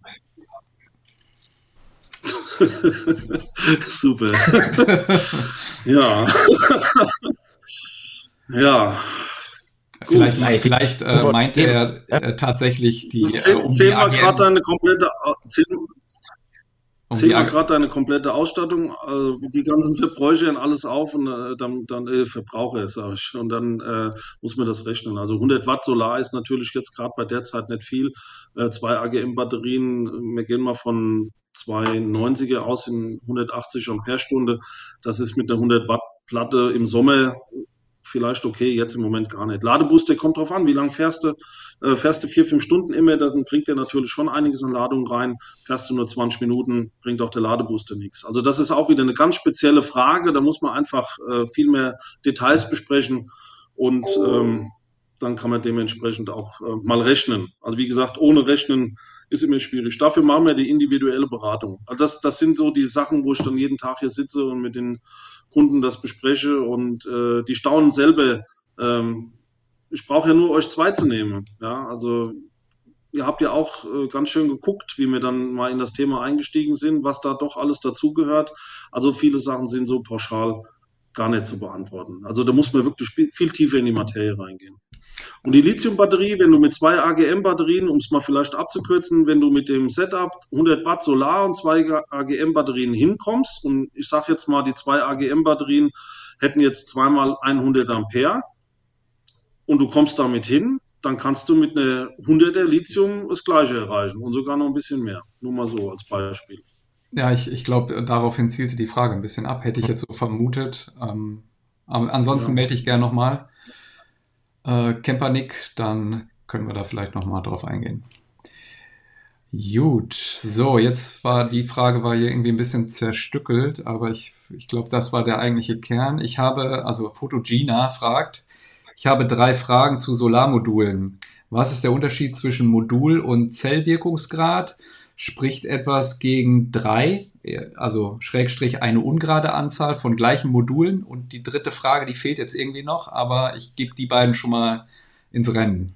Super. Ja. Ja. Vielleicht, Gut. vielleicht äh, meint er äh, tatsächlich die, äh, Zähl, um zähl die mal A G M, gerade deine komplette, zähl, um zähl die mal A G M. gerade deine komplette Ausstattung, äh, die ganzen Verbräuche und alles auf und äh, dann, dann äh, Verbraucher, sag ich. Und dann äh, muss man das rechnen. Also hundert Watt Solar ist natürlich jetzt gerade bei der Zeit nicht viel. Äh, zwei A G M-Batterien, wir gehen mal von zwei neunziger aus in hundertachtzig Ampere-Stunde. Das ist mit einer hundert Watt Platte im Sommer vielleicht okay, jetzt im Moment gar nicht. Ladebooster kommt drauf an, wie lange fährst du? Äh, fährst du vier, fünf Stunden immer, dann bringt der natürlich schon einiges an Ladung rein. Fährst du nur zwanzig Minuten, bringt auch der Ladebooster nichts. Also das ist auch wieder eine ganz spezielle Frage. Da muss man einfach äh, viel mehr Details besprechen. Und ähm, dann kann man dementsprechend auch äh, mal rechnen. Also wie gesagt, ohne Rechnen ist immer schwierig. Dafür machen wir die individuelle Beratung. Also das, das sind so die Sachen, wo ich dann jeden Tag hier sitze und mit den Kunden das bespreche und äh, die staunen selber. Ähm, ich brauche ja nur euch zwei zu nehmen. Ja, also ihr habt ja auch äh, ganz schön geguckt, wie wir dann mal in das Thema eingestiegen sind, was da doch alles dazugehört. Also viele Sachen sind so pauschal gar nicht zu beantworten. Also da muss man wirklich viel tiefer in die Materie reingehen. Und die Lithium-Batterie, wenn du mit zwei A G M-Batterien, um es mal vielleicht abzukürzen, wenn du mit dem Setup hundert Watt Solar und zwei A G M-Batterien hinkommst, und ich sage jetzt mal, die zwei A G M-Batterien hätten jetzt zweimal hundert Ampere und du kommst damit hin, dann kannst du mit einer hunderter Lithium das Gleiche erreichen und sogar noch ein bisschen mehr. Nur mal so als Beispiel. Ja, ich, ich glaube, daraufhin zielte die Frage ein bisschen ab. Hätte ich jetzt so vermutet. Ähm, aber ansonsten Ja. melde ich gerne nochmal. Äh, Campernick, dann können wir da vielleicht nochmal drauf eingehen. Gut, so, jetzt war die Frage war hier irgendwie ein bisschen zerstückelt, aber ich, ich glaube, das war der eigentliche Kern. Ich habe, also Photogina fragt, ich habe drei Fragen zu Solarmodulen. Was ist der Unterschied zwischen Modul und Zellwirkungsgrad? Spricht etwas gegen drei, also Schrägstrich eine ungerade Anzahl von gleichen Modulen? Und die dritte Frage, die fehlt jetzt irgendwie noch, aber ich gebe die beiden schon mal ins Rennen.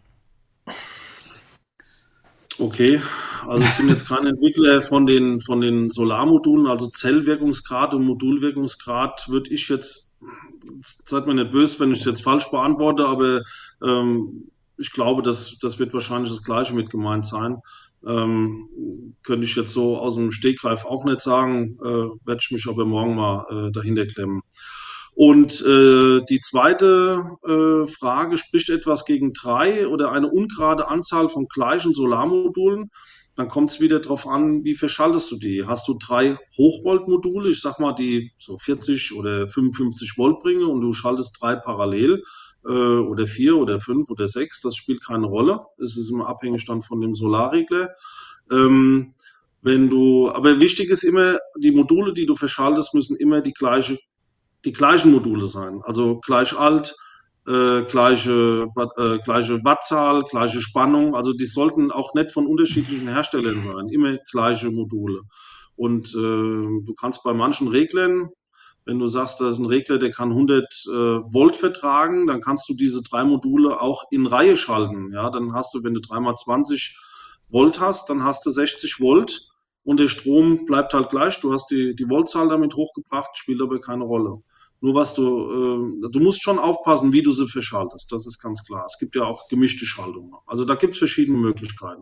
Okay, also ich bin jetzt kein Entwickler von den, von den Solarmodulen, also Zellwirkungsgrad und Modulwirkungsgrad würde ich jetzt, seid mir nicht böse, wenn ich es jetzt falsch beantworte, aber ähm, ich glaube, das, das wird wahrscheinlich das Gleiche mit gemeint sein. Ähm, könnte ich jetzt so aus dem Stegreif auch nicht sagen, äh, werde ich mich aber morgen mal äh, dahinter klemmen. Und äh, die zweite äh, Frage, spricht etwas gegen drei oder eine ungerade Anzahl von gleichen Solarmodulen? Dann kommt es wieder darauf an, wie verschaltest du die? Hast du drei Hochvoltmodule, ich sag mal, die so vierzig oder fünfundfünfzig Volt bringen und du schaltest drei parallel äh, oder vier oder fünf oder sechs, das spielt keine Rolle. Es ist immer abhängig dann von dem Solarregler. Ähm, wenn du, aber wichtig ist immer, die Module, die du verschaltest, müssen immer die gleiche die gleichen Module sein, also gleich alt, äh, gleiche, äh, gleiche Wattzahl, gleiche Spannung, also die sollten auch nicht von unterschiedlichen Herstellern sein, immer gleiche Module. Und äh, du kannst bei manchen Reglern, wenn du sagst, da ist ein Regler, der kann hundert äh, Volt vertragen, dann kannst du diese drei Module auch in Reihe schalten. Ja, dann hast du, wenn du drei mal zwanzig Volt hast, dann hast du sechzig Volt und der Strom bleibt halt gleich. Du hast die, die Voltzahl damit hochgebracht, spielt aber keine Rolle. Nur was du, äh, du musst schon aufpassen, wie du sie verschaltest, das ist ganz klar. Es gibt ja auch gemischte Schaltungen. Also da gibt es verschiedene Möglichkeiten.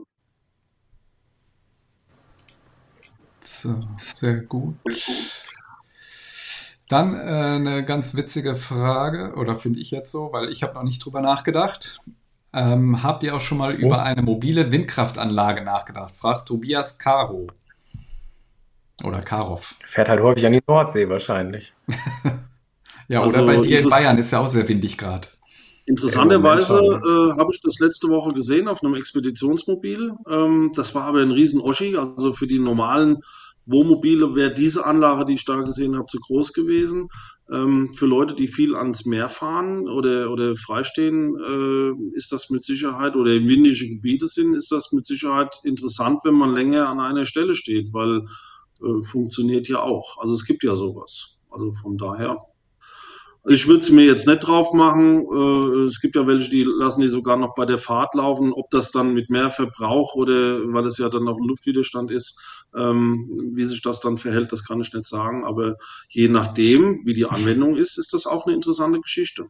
So, sehr gut. Dann äh, eine ganz witzige Frage, oder finde ich jetzt so, weil ich habe noch nicht drüber nachgedacht. Ähm, habt ihr auch schon mal Oh. über eine mobile Windkraftanlage nachgedacht? Fragt Tobias Caro. Oder Karov. Fährt halt häufig an die Nordsee wahrscheinlich. Ja, Also oder bei dir in interess- Bayern ist ja auch sehr windig gerade. Interessanterweise Im Moment äh, habe ich das letzte Woche gesehen auf einem Expeditionsmobil. Ähm, das war aber ein Riesen-Oschi. Also für die normalen Wohnmobile wäre diese Anlage, die ich da gesehen habe, zu groß gewesen. Ähm, für Leute, die viel ans Meer fahren oder, oder freistehen, äh, ist das mit Sicherheit, oder in windige Gebiete sind, ist das mit Sicherheit interessant, wenn man länger an einer Stelle steht, weil äh, funktioniert ja auch. Also es gibt ja sowas. Also von daher. Ich würde es mir jetzt nicht drauf machen. Äh, Es gibt ja welche, die lassen die sogar noch bei der Fahrt laufen. Ob das dann mit mehr Verbrauch oder weil es ja dann auch ein Luftwiderstand ist, ähm, wie sich das dann verhält, das kann ich nicht sagen. Aber je nachdem, wie die Anwendung ist, ist das auch eine interessante Geschichte.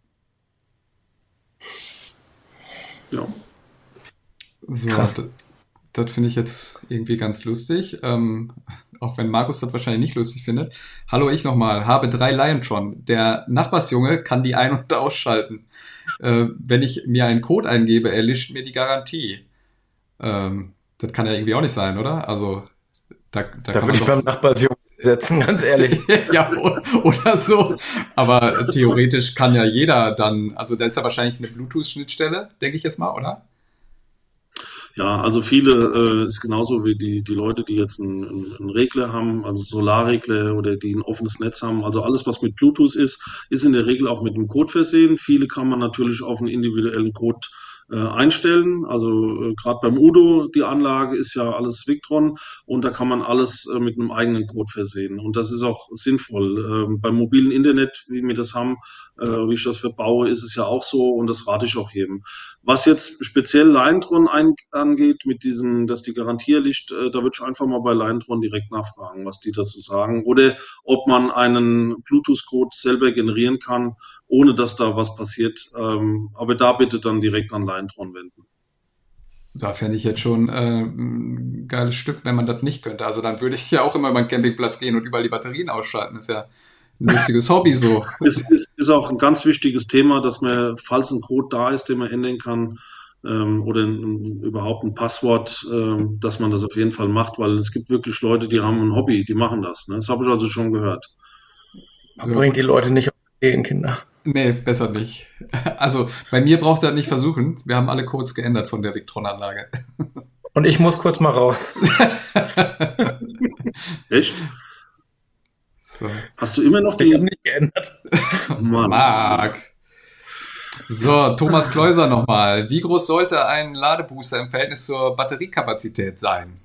Ja. So, Krass. das, das finde ich jetzt irgendwie ganz lustig. Ähm, auch wenn Markus das wahrscheinlich nicht lustig findet. Hallo, ich nochmal. Habe drei Liontron. Der Nachbarsjunge kann die ein- und ausschalten. Äh, wenn ich mir einen Code eingebe, erlischt mir die Garantie. Ähm, das kann ja irgendwie auch nicht sein, oder? Also, da, da Da kann würde man ich beim doch. Nachbarsjungen setzen, ganz ehrlich. Ja, o- oder so. Aber theoretisch kann ja jeder dann, also da ist ja wahrscheinlich eine Bluetooth-Schnittstelle, denke ich jetzt mal, oder? Ja, also viele äh, ist genauso wie die, die Leute, die jetzt einen, einen einen Regler haben, also Solarregler oder die ein offenes Netz haben. Also alles, was mit Bluetooth ist, ist in der Regel auch mit einem Code versehen. Viele kann man natürlich auf einen individuellen Code äh, einstellen. Also äh, gerade beim Udo, die Anlage ist ja alles Victron und da kann man alles äh, mit einem eigenen Code versehen. Und das ist auch sinnvoll. Ähm, beim mobilen Internet, wie wir das haben, äh, wie ich das verbaue, ist es ja auch so und das rate ich auch jedem. Was jetzt speziell Leintron ein, angeht, mit diesem, dass die Garantie liegt, äh, da würde ich einfach mal bei Leintron direkt nachfragen, was die dazu sagen. Oder ob man einen Bluetooth-Code selber generieren kann, ohne dass da was passiert. Ähm, aber da bitte dann direkt an Leintron wenden. Da fände ich jetzt schon äh, ein geiles Stück, wenn man das nicht könnte. Also dann würde ich ja auch immer über den Campingplatz gehen und überall die Batterien ausschalten. Das ist ja ein lustiges Hobby so. Es ist, ist auch ein ganz wichtiges Thema, dass man, falls ein Code da ist, den man ändern kann, ähm, oder ein, überhaupt ein Passwort, ähm, dass man das auf jeden Fall macht, weil es gibt wirklich Leute, die haben ein Hobby, die machen das. Ne? Das habe ich also schon gehört. Man bringt die Leute nicht auf Ideen, Kinder. Nee, besser nicht. Also bei mir braucht er nicht versuchen. Wir haben alle Codes geändert von der Victron-Anlage. Und ich muss kurz mal raus. Echt? So. Hast du immer noch Ich die... habe nicht geändert. Mann. Marc. So, Thomas Kleuser nochmal. Wie groß sollte ein Ladebooster im Verhältnis zur Batteriekapazität sein?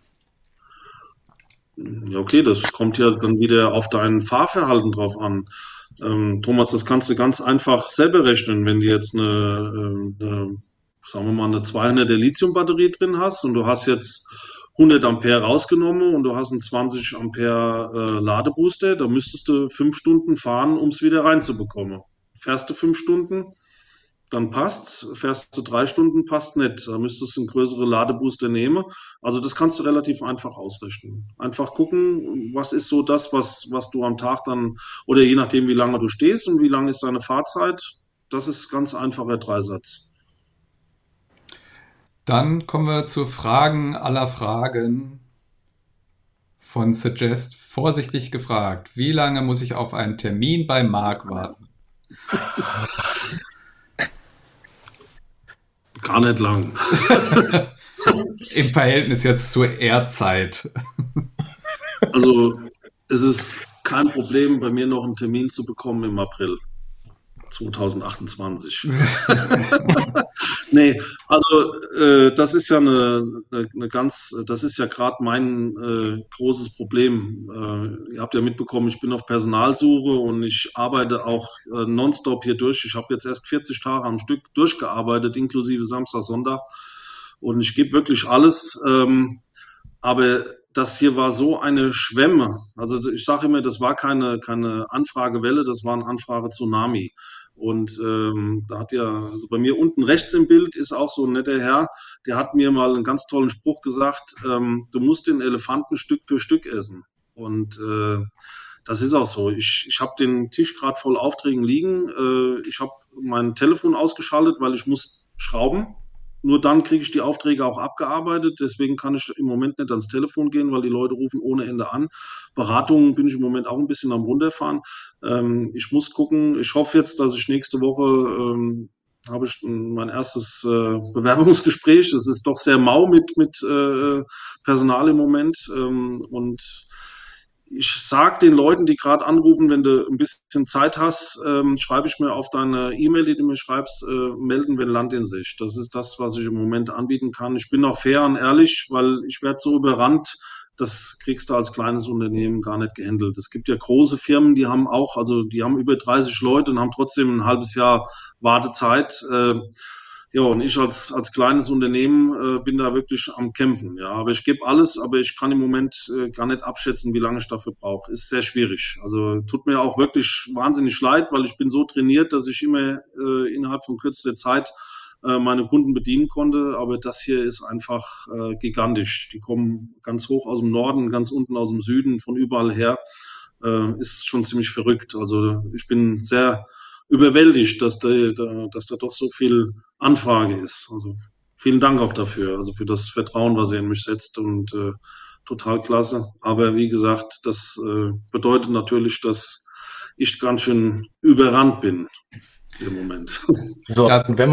Ja, okay, das kommt ja dann wieder auf dein Fahrverhalten drauf an. Ähm, Thomas, das kannst du ganz einfach selber rechnen, wenn du jetzt eine, ähm, eine sagen wir mal, eine zweihunderter Lithium-Batterie drin hast und du hast jetzt hundert Ampere rausgenommen und du hast einen zwanzig Ampere äh, Ladebooster, dann müsstest du fünf Stunden fahren, um es wieder reinzubekommen. Fährst du fünf Stunden, dann passt's. Fährst du drei Stunden, passt nicht. Da müsstest du einen größeren Ladebooster nehmen. Also das kannst du relativ einfach ausrechnen. Einfach gucken, was ist so das, was, was du am Tag dann, oder je nachdem, wie lange du stehst und wie lange ist deine Fahrzeit. Das ist ganz einfacher Dreisatz. Dann kommen wir zu Fragen aller Fragen von Suggest. Vorsichtig gefragt, wie lange muss ich auf einen Termin bei Marc warten? Gar nicht lang. Im Verhältnis jetzt zur Erdzeit. Also es ist kein Problem, bei mir noch einen Termin zu bekommen im April zwanzig achtundzwanzig. Nee, also äh, das ist ja eine, eine, eine ganz, das ist ja gerade mein äh, großes Problem. Äh, ihr habt ja mitbekommen, ich bin auf Personalsuche und ich arbeite auch äh, nonstop hier durch. Ich habe jetzt erst vierzig Tage am Stück durchgearbeitet, inklusive Samstag, Sonntag. Und ich gebe wirklich alles. Ähm, aber das hier war so eine Schwemme. Also ich sage immer, das war keine, keine Anfragewelle, das war ein Anfrage-Tsunami. Und ähm, da hat ja, also bei mir unten rechts im Bild ist auch so ein netter Herr, der hat mir mal einen ganz tollen Spruch gesagt, ähm, du musst den Elefanten Stück für Stück essen. Und äh, das ist auch so. Ich, ich habe den Tisch gerade voll Aufträgen liegen. Äh, ich habe mein Telefon ausgeschaltet, weil ich muss schrauben. Nur dann kriege ich die Aufträge auch abgearbeitet. Deswegen kann ich im Moment nicht ans Telefon gehen, weil die Leute rufen ohne Ende an. Beratungen bin ich im Moment auch ein bisschen am Runterfahren. Ähm, ich muss gucken. Ich hoffe jetzt, dass ich nächste Woche ähm, habe ich mein erstes äh, Bewerbungsgespräch. Es ist doch sehr mau mit, mit äh, Personal im Moment. Ähm, und ich sag den Leuten, die gerade anrufen, wenn du ein bisschen Zeit hast, ähm, schreibe ich mir auf deine E-Mail, die du mir schreibst, äh, melden, wenn Land in Sicht. Das ist das, was ich im Moment anbieten kann. Ich bin auch fair und ehrlich, weil ich werde so überrannt, das kriegst du als kleines Unternehmen gar nicht gehandelt. Es gibt ja große Firmen, die haben auch, also die haben über dreißig Leute und haben trotzdem ein halbes Jahr Wartezeit. Äh, ja, und ich als, als kleines Unternehmen äh, bin da wirklich am Kämpfen. Ja, aber ich gebe alles, aber ich kann im Moment äh, gar nicht abschätzen, wie lange ich dafür brauche. Ist sehr schwierig. Also tut mir auch wirklich wahnsinnig leid, weil ich bin so trainiert, dass ich immer äh, innerhalb von kürzester Zeit äh, meine Kunden bedienen konnte. Aber das hier ist einfach äh, gigantisch. Die kommen ganz hoch aus dem Norden, ganz unten aus dem Süden, von überall her. Äh, ist schon ziemlich verrückt. Also ich bin sehr überwältigt, dass da, dass da doch so viel Anfrage ist. Also vielen Dank auch dafür, also für das Vertrauen, was ihr in mich setzt und äh, total klasse. Aber wie gesagt, das äh, bedeutet natürlich, dass ich ganz schön überrannt bin im Moment. So, und wenn wir da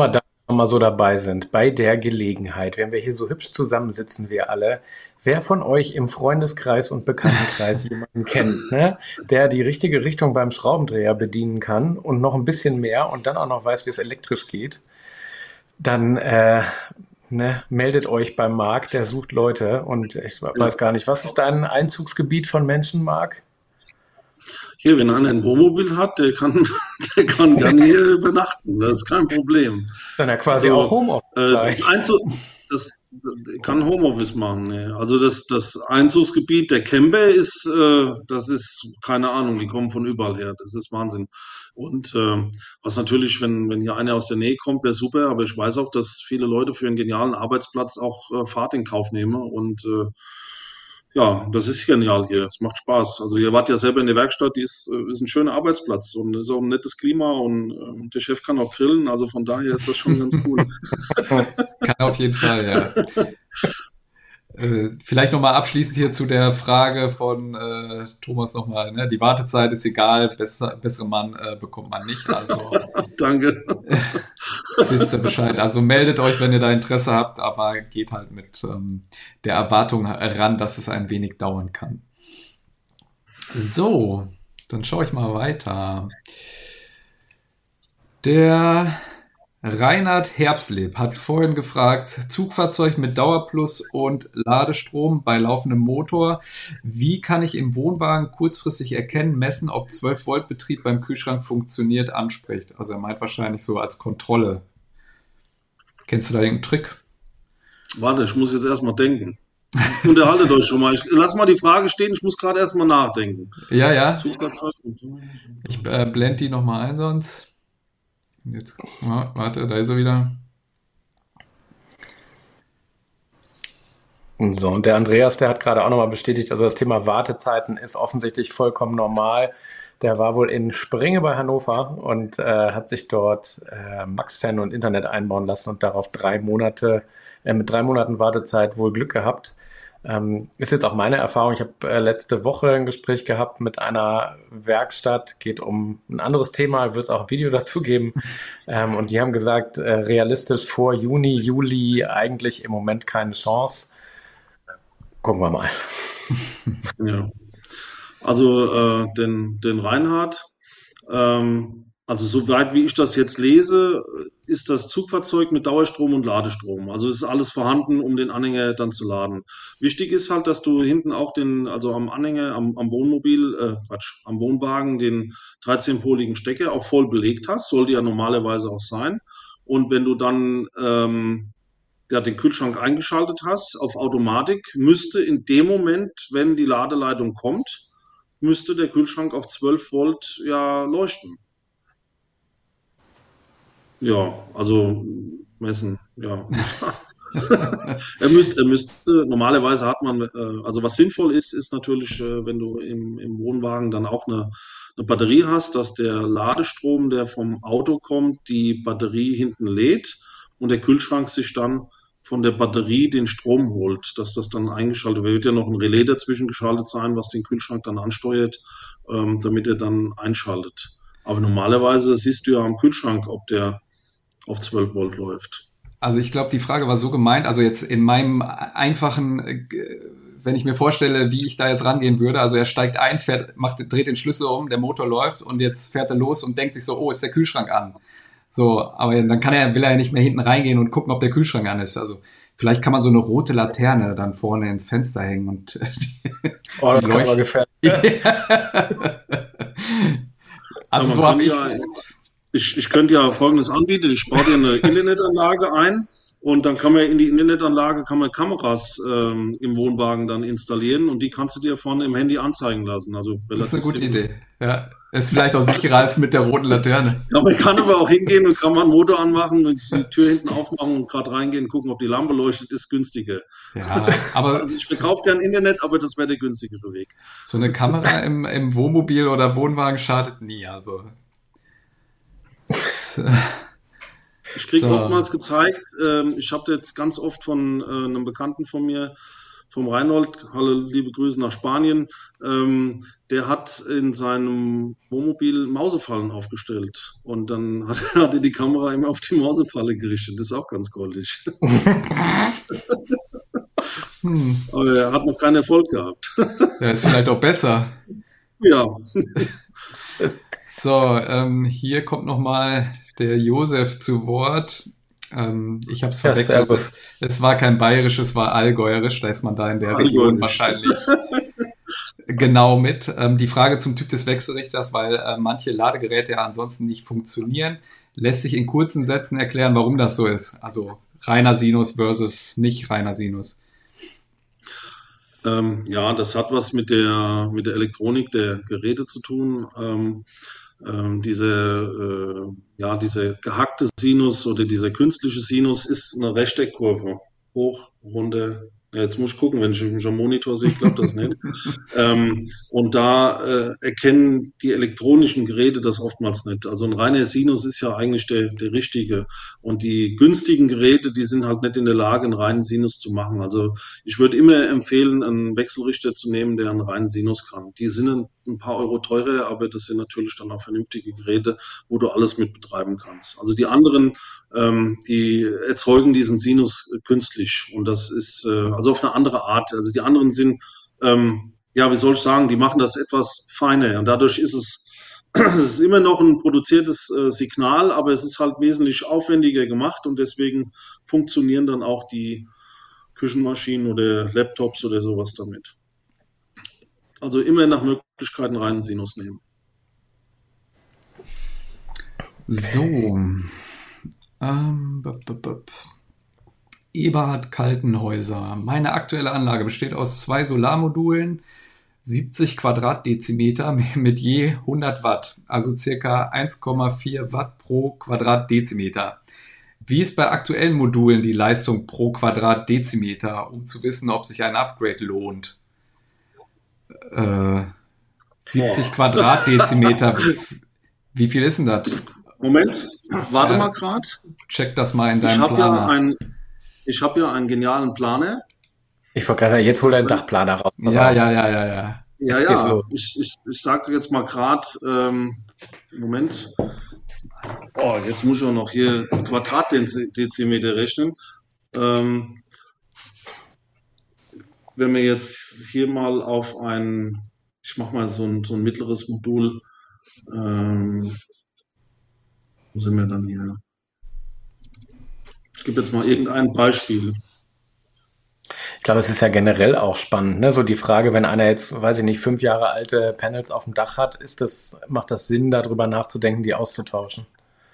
mal so dabei sind, bei der Gelegenheit, wenn wir hier so hübsch zusammensitzen, wir alle, wer von euch im Freundeskreis und Bekanntenkreis jemanden kennt, ne, der die richtige Richtung beim Schraubendreher bedienen kann und noch ein bisschen mehr und dann auch noch weiß, wie es elektrisch geht, dann äh, ne, meldet euch beim Marc, der sucht Leute und ich weiß gar nicht, was ist dein Einzugsgebiet von Menschen, Marc? Hier, wenn einer ein Wohnmobil hat, der kann, der kann gerne hier übernachten. Das ist kein Problem. Dann ja quasi Also, auch Homeoffice äh, gleich. das Einzug, das kann Homeoffice machen. Ne? Also das, das Einzugsgebiet der Camper ist, äh, das ist keine Ahnung, die kommen von überall her. Das ist Wahnsinn. Und äh, was natürlich, wenn, wenn hier einer aus der Nähe kommt, wäre super. Aber ich weiß auch, dass viele Leute für einen genialen Arbeitsplatz auch äh, Fahrt in Kauf nehmen. Und äh, ja, das ist genial hier. Es macht Spaß. Also ihr wart ja selber in der Werkstatt, die ist, äh, ist ein schöner Arbeitsplatz und ist auch ein nettes Klima und äh, der Chef kann auch grillen. Also von daher ist das schon ganz cool. Kann auf jeden Fall, ja. Äh, vielleicht nochmal abschließend hier zu der Frage von äh, Thomas nochmal. Ne? Die Wartezeit ist egal, besser, bessere Mann äh, bekommt man nicht. Also Danke. wisst ihr Bescheid. Also meldet euch, wenn ihr da Interesse habt, aber geht halt mit ähm, der Erwartung ran, dass es ein wenig dauern kann. So, dann schaue ich mal weiter. Der Reinhard Herbstleb hat vorhin gefragt, Zugfahrzeug mit Dauerplus und Ladestrom bei laufendem Motor. Wie kann ich im Wohnwagen kurzfristig erkennen, messen, ob zwölf Volt Betrieb beim Kühlschrank funktioniert, anspricht? Also er meint wahrscheinlich so als Kontrolle. Kennst du da irgendeinen Trick? Warte, ich muss jetzt erstmal denken. Unterhaltet euch schon mal. Ich, lass mal die Frage stehen, ich muss gerade erstmal nachdenken. Ja, ja. Zugfahrzeug und Ich äh, blende die nochmal ein sonst. Jetzt, ja, warte, da ist er wieder. So, und der Andreas, der hat gerade auch nochmal bestätigt, also das Thema Wartezeiten ist offensichtlich vollkommen normal. Der war wohl in Springe bei Hannover und äh, hat sich dort äh, Max-Fan und Internet einbauen lassen und darauf drei Monate, äh, mit drei Monaten Wartezeit wohl Glück gehabt. Ähm, ist jetzt auch meine Erfahrung. Ich habe äh, letzte Woche ein Gespräch gehabt mit einer Werkstatt, geht um ein anderes Thema, wird es auch ein Video dazu geben. Ähm, und die haben gesagt, äh, realistisch vor Juni, Juli eigentlich im Moment keine Chance. Gucken wir mal. Ja. Also äh, den, den Reinhard, ähm, also soweit wie ich das jetzt lese, ist das Zugfahrzeug mit Dauerstrom und Ladestrom. Also es ist alles vorhanden, um den Anhänger dann zu laden. Wichtig ist halt, dass du hinten auch den, also am Anhänger, am, am Wohnmobil, äh, Quatsch, am Wohnwagen den dreizehn-poligen Stecker auch voll belegt hast. Sollte ja normalerweise auch sein. Und wenn du dann ähm, der den Kühlschrank eingeschaltet hast auf Automatik, müsste in dem Moment, wenn die Ladeleitung kommt, müsste der Kühlschrank auf zwölf Volt ja leuchten. Ja, also messen, ja. er müsste, er müsste, normalerweise hat man, äh, also was sinnvoll ist, ist natürlich, äh, wenn du im, im Wohnwagen dann auch eine, eine Batterie hast, dass der Ladestrom, der vom Auto kommt, die Batterie hinten lädt und der Kühlschrank sich dann von der Batterie den Strom holt, dass das dann eingeschaltet wird. Wird ja noch ein Relais dazwischen geschaltet sein, was den Kühlschrank dann ansteuert, ähm, damit er dann einschaltet. Aber normalerweise siehst du ja am Kühlschrank, ob der auf zwölf Volt läuft. Also ich glaube, die Frage war so gemeint, also jetzt in meinem einfachen, äh, wenn ich mir vorstelle, wie ich da jetzt rangehen würde, also er steigt ein, fährt, macht, dreht den Schlüssel um, der Motor läuft und jetzt fährt er los und denkt sich so, oh, ist der Kühlschrank an. So, aber dann kann er, will er ja nicht mehr hinten reingehen und gucken, ob der Kühlschrank an ist. Also vielleicht kann man so eine rote Laterne dann vorne ins Fenster hängen und oh, das kann aber gefährlich. Also ja, so habe ich ja, ich. Ich könnte ja Folgendes anbieten. Ich baue dir eine Internetanlage ein und dann kann man in die Internetanlage kann man Kameras ähm, im Wohnwagen dann installieren und die kannst du dir vorne im Handy anzeigen lassen. Also das ist eine gute simpel. Idee. Ja, ist vielleicht auch sicherer als mit der roten Laterne. Ja, man kann aber auch hingehen und kann mal einen Motor anmachen und die Tür hinten aufmachen und gerade reingehen, gucken, ob die Lampe leuchtet, ist günstiger. Ja, aber also ich verkaufe gern Internet, aber das wäre der günstigere Weg. So eine Kamera im, im Wohnmobil oder Wohnwagen schadet nie. Also ich kriege so. oftmals gezeigt, ähm, ich habe jetzt ganz oft von äh, einem Bekannten von mir vom Reinhold, hallo, liebe Grüße nach Spanien, ähm, der hat in seinem Wohnmobil Mausefallen aufgestellt und dann hat, hat er die Kamera immer auf die Mausefalle gerichtet. Das ist auch ganz goldig. hm. Aber er hat noch keinen Erfolg gehabt. Ja, ist vielleicht auch besser. Ja. So, ähm, hier kommt nochmal der Josef zu Wort. Ähm, ich habe es verwechselt. Ja, es, es war kein Bayerisch, es war Allgäuerisch. Da ist man da in der Region wahrscheinlich genau mit. Ähm, die Frage zum Typ des Wechselrichters, weil äh, manche Ladegeräte ja ansonsten nicht funktionieren, lässt sich in kurzen Sätzen erklären, warum das so ist. Also reiner Sinus versus nicht reiner Sinus. Ähm, ja, das hat was mit der, mit der Elektronik der Geräte zu tun. Ähm, ähm, diese, äh, ja, diese gehackte Sinus oder dieser künstliche Sinus ist eine Rechteckkurve. Hoch, runter. Ja, jetzt muss ich gucken, wenn ich mich am Monitor sehe, ich glaube das nicht. ähm, und da äh, erkennen die elektronischen Geräte das oftmals nicht. Also ein reiner Sinus ist ja eigentlich der, der richtige. Und die günstigen Geräte, die sind halt nicht in der Lage, einen reinen Sinus zu machen. Also ich würde immer empfehlen, einen Wechselrichter zu nehmen, der einen reinen Sinus kann. Die sind ein paar Euro teurer, aber das sind natürlich dann auch vernünftige Geräte, wo du alles mit betreiben kannst. Also die anderen, ähm, die erzeugen diesen Sinus künstlich und das ist äh, also auf eine andere Art. Also die anderen sind, ähm, ja, wie soll ich sagen, die machen das etwas feiner und dadurch ist es, es ist immer noch ein produziertes äh, Signal, aber es ist halt wesentlich aufwendiger gemacht und deswegen funktionieren dann auch die Küchenmaschinen oder Laptops oder sowas damit. Also immer nach Möglichkeiten reinen Sinus nehmen. So. Ähm, b -b -b Eberhard Kaltenhäuser. Meine aktuelle Anlage besteht aus zwei Solarmodulen, siebzig Quadratdezimeter mit je hundert Watt, also circa eins Komma vier Watt pro Quadratdezimeter. Wie ist bei aktuellen Modulen die Leistung pro Quadratdezimeter, um zu wissen, ob sich ein Upgrade lohnt? Äh, siebzig oh. Quadratdezimeter, wie viel ist denn das? Moment, warte äh, mal gerade. Check das mal in deinem ich Planer. Ja ein, ich habe ja einen genialen Planer. Ich wollte gerade sagen, jetzt hol deinen Dachplaner raus. Ja, ja, ja, ja, ja. Ja, ja, ich, ich, ich sage jetzt mal gerade, ähm, Moment. Oh, jetzt muss ich auch noch hier Quadratdezimeter rechnen. Ähm, wenn wir jetzt hier mal auf ein, ich mache mal so ein, so ein mittleres Modul, ähm, wo sind wir dann hier? Ich gebe jetzt mal irgendein Beispiel. Ich glaube, es ist ja generell auch spannend, ne? So die Frage, wenn einer jetzt, weiß ich nicht, fünf Jahre alte Panels auf dem Dach hat, ist das, macht das Sinn, darüber nachzudenken, die auszutauschen?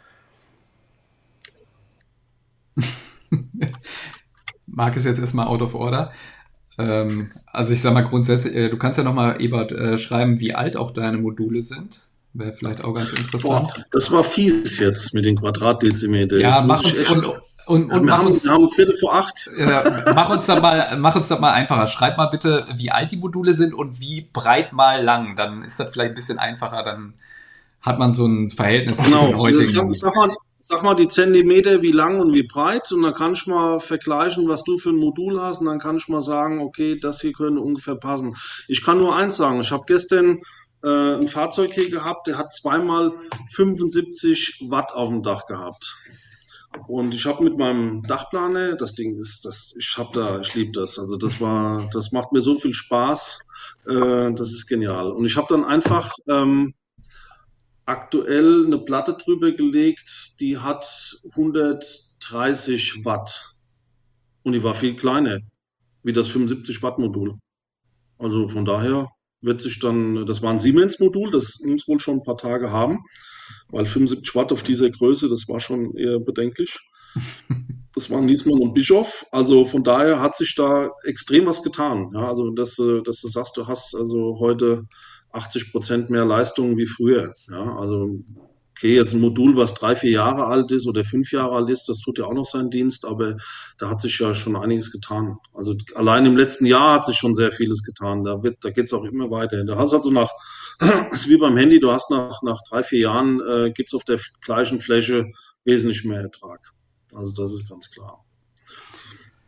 Marc ist jetzt erstmal out of order. Ähm, also ich sag mal grundsätzlich, äh, du kannst ja nochmal, Ebert, äh, schreiben, wie alt auch deine Module sind. Wäre vielleicht auch ganz interessant. Boah, das war fies jetzt mit den Quadratdezimeter. Ja, jetzt mach uns echt, und, und, und wir, mach haben, uns, wir haben Viertel vor acht. Äh, mach uns das mal, mach uns das mal einfacher. Schreib mal bitte, wie alt die Module sind und wie breit mal lang. Dann ist das vielleicht ein bisschen einfacher. Dann hat man so ein Verhältnis genau. zu den heutigen. Sag, sag, mal, sag mal die Zentimeter, wie lang und wie breit. Und dann kann ich mal vergleichen, was du für ein Modul hast. Und dann kann ich mal sagen, okay, das hier könnte ungefähr passen. Ich kann nur eins sagen. Ich habe gestern äh, ein Fahrzeug hier gehabt, der hat zweimal fünfundsiebzig Watt auf dem Dach gehabt. Und ich habe mit meinem Dachplaner, das Ding ist, das, ich habe da, ich liebe das. Also das war, das macht mir so viel Spaß. Äh, das ist genial. Und ich habe dann einfach ähm, aktuell eine Platte drüber gelegt, die hat hundertdreißig Watt. Und die war viel kleiner, wie das fünfundsiebzig Watt Modul. Also von daher wird sich dann, das war ein Siemens-Modul, das muss wohl schon ein paar Tage haben, weil fünfundsiebzig Watt auf dieser Größe, das war schon eher bedenklich. Das waren Niesmann und Bischof, also von daher hat sich da extrem was getan. Ja, also dass, dass du sagst, du hast also heute achtzig Prozent mehr Leistung wie früher. Ja, also okay, jetzt ein Modul, was drei, vier Jahre alt ist oder fünf Jahre alt ist, das tut ja auch noch seinen Dienst, aber da hat sich ja schon einiges getan. Also allein im letzten Jahr hat sich schon sehr vieles getan. Da wird, da geht es auch immer weiter. Da hast also nach, das ist wie beim Handy, du hast nach, nach drei, vier Jahren, äh, gibt es auf der gleichen Fläche wesentlich mehr Ertrag. Also das ist ganz klar.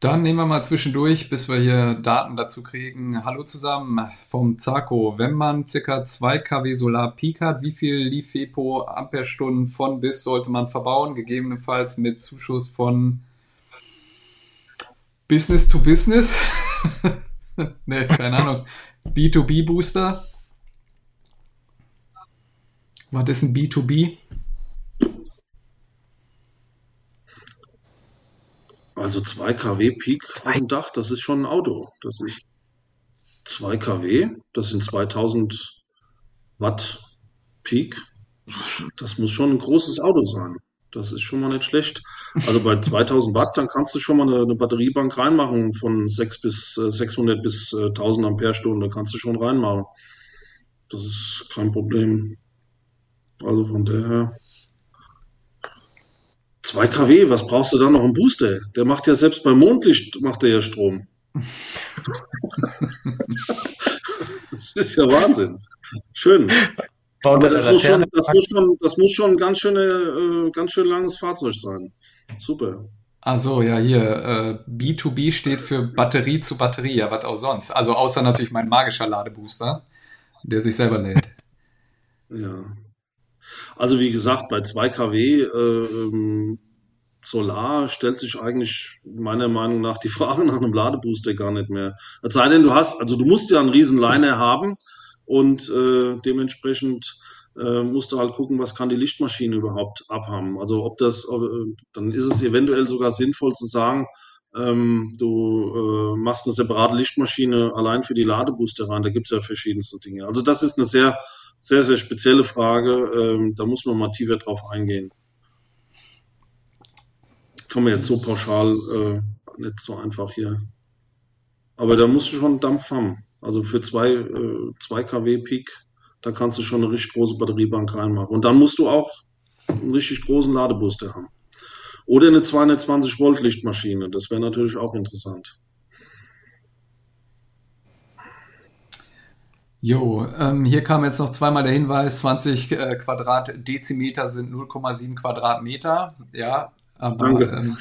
Dann nehmen wir mal zwischendurch, bis wir hier Daten dazu kriegen. Hallo zusammen vom Zaco. Wenn man ca. zwei Kilowatt Solar Peak hat, wie viel LiFePO Amperestunden von bis sollte man verbauen? Gegebenenfalls mit Zuschuss von Business to Business? Ne, keine Ahnung. B zwei B Booster? Was ist ein B zwei B? Also zwei Kilowatt Peak auf dem Dach, das ist schon ein Auto. Das ist zwei Kilowatt, das sind zweitausend Watt Peak. Das muss schon ein großes Auto sein. Das ist schon mal nicht schlecht. Also bei zweitausend Watt, dann kannst du schon mal eine, eine Batteriebank reinmachen von sechs bis äh, sechshundert bis äh, tausend Amperestunden. Da kannst du schon reinmachen. Das ist kein Problem. Also von daher. zwei Kilowatt, was brauchst du da noch? Einen Booster? Der macht ja selbst beim Mondlicht macht der ja Strom. Das ist ja Wahnsinn. Schön. Aber das muss schon, das muss schon, das muss schon ein ganz schöne, äh, ganz schön langes Fahrzeug sein. Super. Also ja, hier, äh, B zwei B steht für Batterie zu Batterie, ja, was auch sonst. Also außer natürlich mein magischer Ladebooster, der sich selber lädt. Ja. Also wie gesagt, bei zwei Kilowatt äh, ähm, Solar stellt sich eigentlich meiner Meinung nach die Frage nach einem Ladebooster gar nicht mehr. Es sei denn, du hast, also du musst ja einen riesen Liner haben und äh, dementsprechend äh, musst du halt gucken, was kann die Lichtmaschine überhaupt abhaben. Also ob das, äh, dann ist es eventuell sogar sinnvoll zu sagen, ähm, du äh, machst eine separate Lichtmaschine allein für die Ladebooster rein. Da gibt es ja verschiedenste Dinge. Also das ist eine sehr, sehr, sehr spezielle Frage. Ähm, da muss man mal tiefer drauf eingehen. Kann man jetzt so pauschal äh, nicht so einfach hier. Aber da musst du schon Dampf haben. Also für zwei, äh, zwei Kilowatt Peak, da kannst du schon eine richtig große Batteriebank reinmachen. Und dann musst du auch einen richtig großen Ladebooster haben. Oder eine zweihundertzwanzig Volt Lichtmaschine. Das wäre natürlich auch interessant. Jo, ähm, hier kam jetzt noch zweimal der Hinweis, zwanzig äh, Quadratdezimeter sind null Komma sieben Quadratmeter. Ja, aber ähm,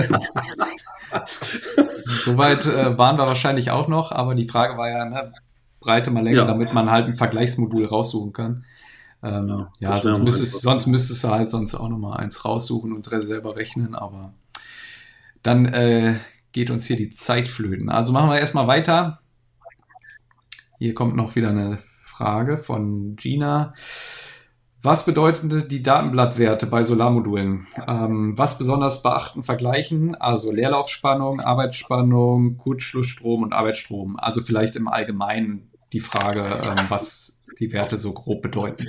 soweit äh, waren wir wahrscheinlich auch noch, aber die Frage war ja, ne, Breite mal Länge, ja, damit man halt ein Vergleichsmodul raussuchen kann. Ähm, ja, ja sonst, müsstest, sonst müsstest du halt sonst auch nochmal eins raussuchen und selber rechnen, aber dann äh, geht uns hier die Zeit flöten. Also machen wir erstmal weiter. Hier kommt noch wieder eine Frage von Gina. Was bedeuten die Datenblattwerte bei Solarmodulen? Ähm, was besonders beachten, vergleichen? Also Leerlaufspannung, Arbeitsspannung, Kurzschlussstrom und Arbeitsstrom. Also vielleicht im Allgemeinen die Frage, ähm, was die Werte so grob bedeuten.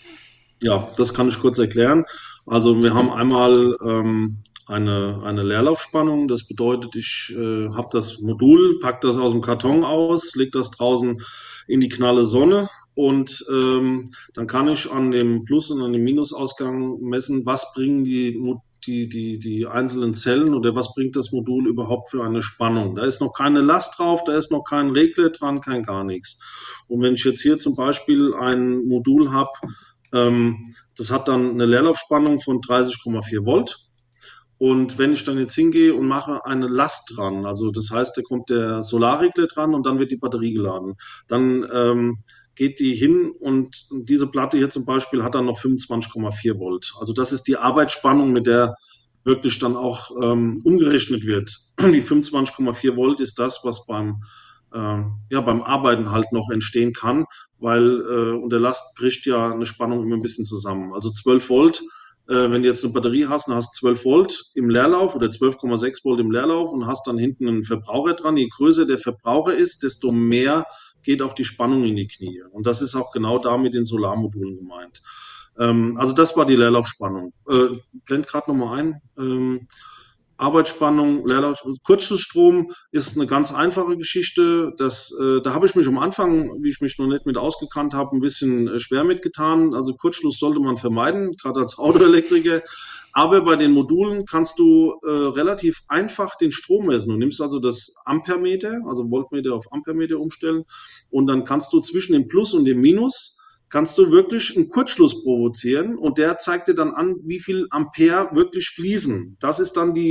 Ja, das kann ich kurz erklären. Also wir haben einmal ähm, eine, eine Leerlaufspannung. Das bedeutet, ich äh, habe das Modul, pack das aus dem Karton aus, leg das draußen in die knalle Sonne und ähm, dann kann ich an dem Plus- und an dem Minusausgang messen, was bringen die, die, die, die einzelnen Zellen oder was bringt das Modul überhaupt für eine Spannung. Da ist noch keine Last drauf, da ist noch kein Regler dran, kein gar nichts. Und wenn ich jetzt hier zum Beispiel ein Modul habe, ähm, das hat dann eine Leerlaufspannung von dreißig Komma vier Volt. Und wenn ich dann jetzt hingehe und mache eine Last dran, also das heißt, da kommt der Solarregler dran und dann wird die Batterie geladen, dann ähm, geht die hin und diese Platte hier zum Beispiel hat dann noch fünfundzwanzig Komma vier Volt. Also das ist die Arbeitsspannung, mit der wirklich dann auch ähm, umgerechnet wird. Die fünfundzwanzig Komma vier Volt ist das, was beim, äh, ja, beim Arbeiten halt noch entstehen kann, weil äh, unter Last bricht ja eine Spannung immer ein bisschen zusammen. Also zwölf Volt, äh, wenn du jetzt eine Batterie hast, dann hast du zwölf Volt im Leerlauf oder zwölf Komma sechs Volt im Leerlauf und hast dann hinten einen Verbraucher dran. Je größer der Verbraucher ist, desto mehr geht auch die Spannung in die Knie. Und das ist auch genau da mit den Solarmodulen gemeint. Ähm, also das war die Leerlaufspannung. Äh, blend gerade nochmal ein. Ähm, Arbeitsspannung, Leerlauf, Kurzschlussstrom ist eine ganz einfache Geschichte. Das, äh, da habe ich mich am Anfang, wie ich mich noch nicht mit ausgekannt habe, ein bisschen äh, schwer mitgetan. Also Kurzschluss sollte man vermeiden, gerade als Autoelektriker. Aber bei den Modulen kannst du äh, relativ einfach den Strom messen. Du nimmst also das Ampermeter, also Voltmeter auf Ampermeter umstellen und dann kannst du zwischen dem Plus und dem Minus kannst du wirklich einen Kurzschluss provozieren und der zeigt dir dann an, wie viel Ampere wirklich fließen. Das ist dann die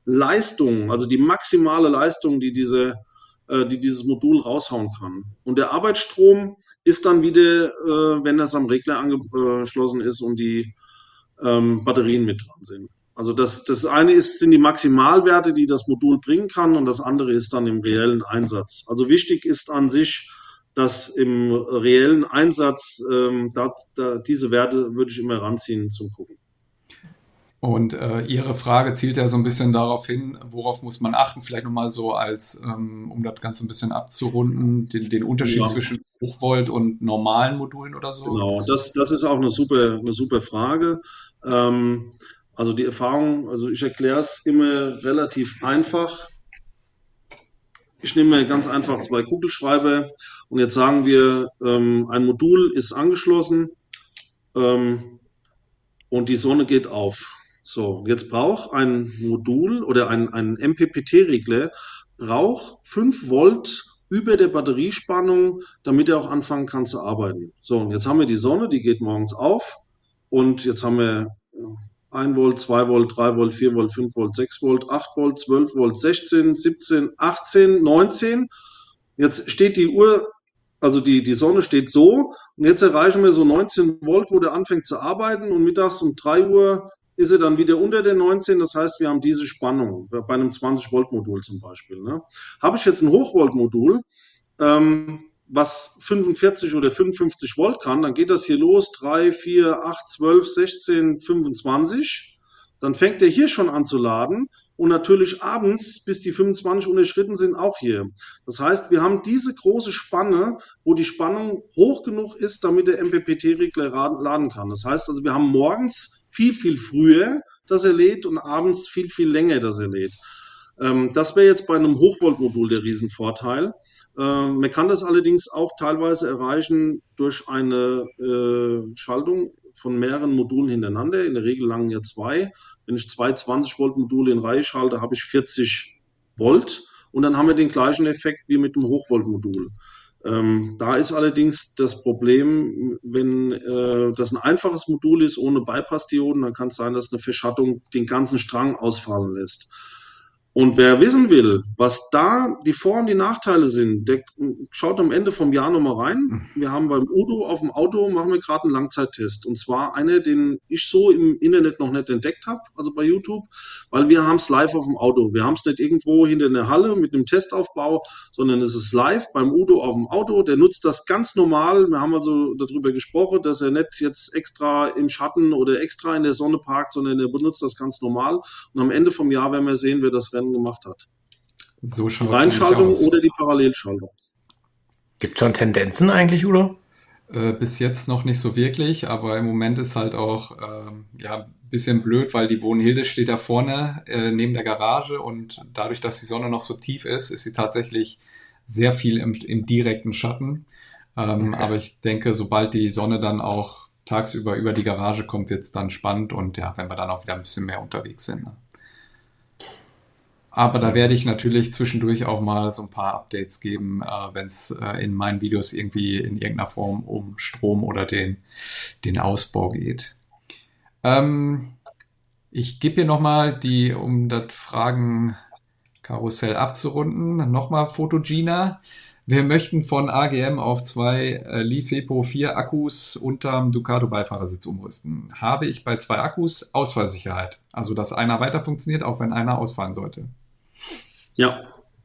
Leistung, also die maximale Leistung, die diese die dieses Modul raushauen kann. Und der Arbeitsstrom ist dann wieder, äh, wenn das am Regler angeschlossen ist und die ähm, Batterien mit dran sind. Also das, das eine ist, sind die Maximalwerte, die das Modul bringen kann, und das andere ist dann im reellen Einsatz. Also wichtig ist an sich, dass im reellen Einsatz ähm, da, da, diese Werte würde ich immer ranziehen zum Gucken. Und äh, Ihre Frage zielt ja so ein bisschen darauf hin, worauf muss man achten, vielleicht nochmal so als, ähm, um das Ganze ein bisschen abzurunden, den, den Unterschied Ja. zwischen Hochvolt und normalen Modulen oder so. Genau, das, das ist auch eine super, eine super Frage. Ähm, also die Erfahrung, also ich erkläre es immer relativ einfach. Ich nehme ganz einfach zwei Kugelschreiber und jetzt sagen wir, ähm, ein Modul ist angeschlossen ähm, und die Sonne geht auf. So, jetzt braucht ein Modul oder ein, ein M P P T-Regler braucht fünf Volt über der Batteriespannung, damit er auch anfangen kann zu arbeiten. So, und jetzt haben wir die Sonne, die geht morgens auf, und jetzt haben wir ein Volt, zwei Volt, drei Volt, vier Volt, fünf Volt, sechs Volt, acht Volt, zwölf Volt, sechzehn, siebzehn, achtzehn, neunzehn. Jetzt steht die Uhr, also die, die Sonne steht so, und jetzt erreichen wir so neunzehn Volt, wo der anfängt zu arbeiten, und mittags um drei Uhr ist er dann wieder unter der neunzehn. Das heißt, wir haben diese Spannung, bei einem zwanzig Volt Modul zum Beispiel. Ne? Habe ich jetzt ein Hochvolt Modul, ähm, was fünfundvierzig oder fünfundfünfzig Volt kann, dann geht das hier los, drei, vier, acht, zwölf, sechzehn, fünfundzwanzig. Dann fängt der hier schon an zu laden, und natürlich abends, bis die fünfundzwanzig unterschritten sind, auch hier. Das heißt, wir haben diese große Spanne, wo die Spannung hoch genug ist, damit der M P P T-Regler laden kann. Das heißt also, wir haben morgens viel, viel früher, dass er lädt, und abends viel, viel länger, dass er lädt. Ähm, das wäre jetzt bei einem Hochvoltmodul der Riesenvorteil. Ähm, man kann das allerdings auch teilweise erreichen durch eine äh, Schaltung von mehreren Modulen hintereinander. In der Regel langen ja zwei. Wenn ich zwei zwanzig Volt Module in Reihe schalte, habe ich vierzig Volt, und dann haben wir den gleichen Effekt wie mit dem Hochvoltmodul. Ähm, da ist allerdings das Problem, wenn äh, das ein einfaches Modul ist ohne Bypass-Dioden, dann kann es sein, dass eine Verschattung den ganzen Strang ausfallen lässt. Und wer wissen will, was da die Vor- und die Nachteile sind, der schaut am Ende vom Jahr nochmal rein. Wir haben beim Udo auf dem Auto, machen wir gerade einen Langzeittest. Und zwar einer, den ich so im Internet noch nicht entdeckt habe, also bei YouTube, weil wir haben es live auf dem Auto. Wir haben es nicht irgendwo hinter einer Halle mit einem Testaufbau, sondern es ist live beim Udo auf dem Auto. Der nutzt das ganz normal. Wir haben also darüber gesprochen, dass er nicht jetzt extra im Schatten oder extra in der Sonne parkt, sondern er benutzt das ganz normal. Und am Ende vom Jahr werden wir sehen, wer das Rennen gemacht hat. So die Reinschaltung oder die Parallelschaltung. Gibt es schon Tendenzen eigentlich, Udo? Äh, bis jetzt noch nicht so wirklich, aber im Moment ist halt auch ähm, ja, ein bisschen blöd, weil die Wohnhilde steht da vorne äh, neben der Garage, und dadurch, dass die Sonne noch so tief ist, ist sie tatsächlich sehr viel im, im direkten Schatten. Ähm, okay. Aber ich denke, sobald die Sonne dann auch tagsüber über die Garage kommt, wird es dann spannend, und ja, wenn wir dann auch wieder ein bisschen mehr unterwegs sind. Ne? Aber da werde ich natürlich zwischendurch auch mal so ein paar Updates geben, äh, wenn es äh, in meinen Videos irgendwie in irgendeiner Form um Strom oder den, den Ausbau geht. Ähm, ich gebe hier nochmal die, um das Fragenkarussell abzurunden, nochmal Photogina. Wir möchten von A G M auf zwei äh, Li-Fepo vier Akkus unterm Ducato-Beifahrersitz umrüsten. Habe ich bei zwei Akkus Ausfallsicherheit? Also, dass einer weiter funktioniert, auch wenn einer ausfallen sollte. Ja.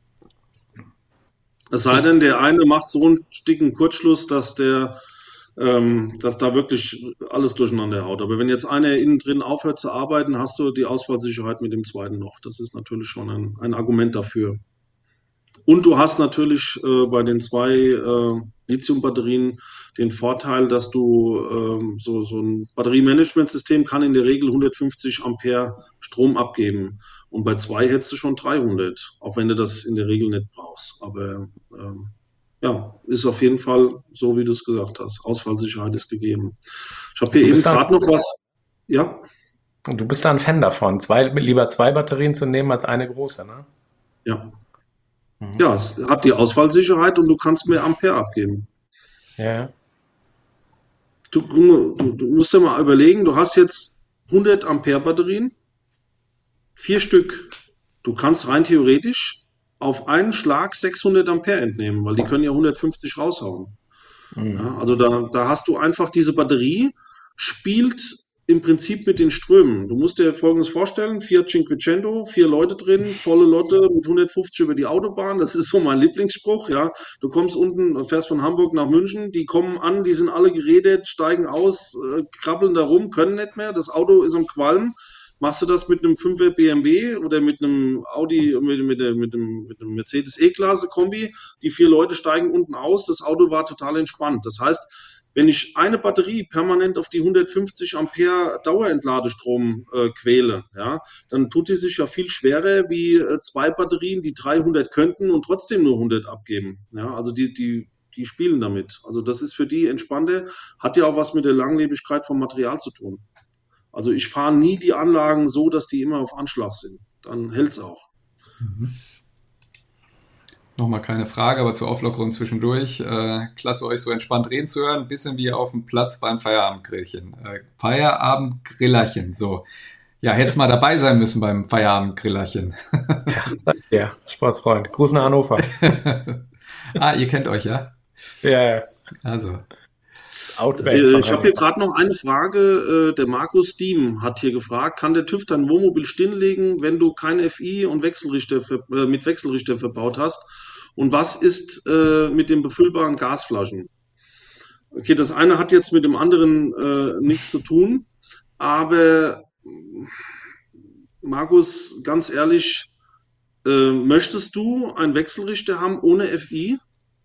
Es sei denn, der eine macht so einen dicken Kurzschluss, dass der, ähm, dass da wirklich alles durcheinander haut. Aber wenn jetzt einer innen drin aufhört zu arbeiten, hast du die Ausfallsicherheit mit dem zweiten noch. Das ist natürlich schon ein, ein Argument dafür. Und du hast natürlich äh, bei den zwei äh, Lithium-Batterien den Vorteil, dass du ähm, so, so ein Batteriemanagementsystem kann in der Regel hundertfünfzig Ampere Strom abgeben. Und bei zwei hättest du schon dreihundert, auch wenn du das in der Regel nicht brauchst. Aber ähm, ja, ist auf jeden Fall so, wie du es gesagt hast. Ausfallsicherheit ist gegeben. Ich habe hier eben gerade noch was. Ja. Und du bist da ein Fan davon, zwei, lieber zwei Batterien zu nehmen als eine große, ne? Ja. Mhm. Ja, es hat die Ausfallsicherheit und du kannst mehr Ampere abgeben. Ja. Du, du, du musst dir mal überlegen, du hast jetzt hundert Ampere Batterien, vier Stück du kannst rein theoretisch auf einen Schlag sechshundert Ampere entnehmen, weil die können ja hundertfünfzig raushauen. Mhm. Ja, also da, da hast du einfach diese Batterie, spielt im Prinzip mit den Strömen. Du musst dir Folgendes vorstellen, Fiat Cinquecento, vier Leute drin, volle Lotte mit hundertfünfzig über die Autobahn, das ist so mein Lieblingsspruch, ja. Du kommst unten, fährst von Hamburg nach München, die kommen an, die sind alle geredet, steigen aus, äh, krabbeln da rum, können nicht mehr, das Auto ist am Qualm. Machst du das mit einem fünfer B M W oder mit einem Audi, mit, mit, der- mit, einem, mit einem Mercedes E-Klasse Kombi, die vier Leute steigen unten aus, das Auto war total entspannt. Das heißt, wenn ich eine Batterie permanent auf die hundertfünfzig Ampere Dauerentladestrom äh, quäle, ja, dann tut die sich ja viel schwerer wie äh, zwei Batterien, die dreihundert könnten und trotzdem nur hundert abgeben. Ja, also die, die, die spielen damit. Also das ist für die entspannter, hat ja auch was mit der Langlebigkeit vom Material zu tun. Also ich fahre nie die Anlagen so, dass die immer auf Anschlag sind. Dann hält's auch. Mhm. Nochmal keine Frage, aber zur Auflockerung zwischendurch. Äh, klasse, euch so entspannt reden zu hören. Ein bisschen wie auf dem Platz beim Feierabendgrillchen. Äh, Feierabendgrillerchen, so. Ja, hättest mal dabei sein müssen beim Feierabendgrillerchen. Ja, ja, Sportsfreund. Gruß nach Hannover. Ah, ihr kennt euch, ja? Ja, ja. Also, Outback. Äh, Ich habe hier gerade noch eine Frage. äh, Der Markus Diem hat hier gefragt, kann der TÜV dein Wohnmobil stilllegen, wenn du kein F I und Wechselrichter ver- äh, mit Wechselrichter verbaut hast? Und was ist äh, mit den befüllbaren Gasflaschen? Okay, das eine hat jetzt mit dem anderen äh, nichts zu tun, aber äh, Markus, ganz ehrlich, äh, möchtest du einen Wechselrichter haben ohne F I?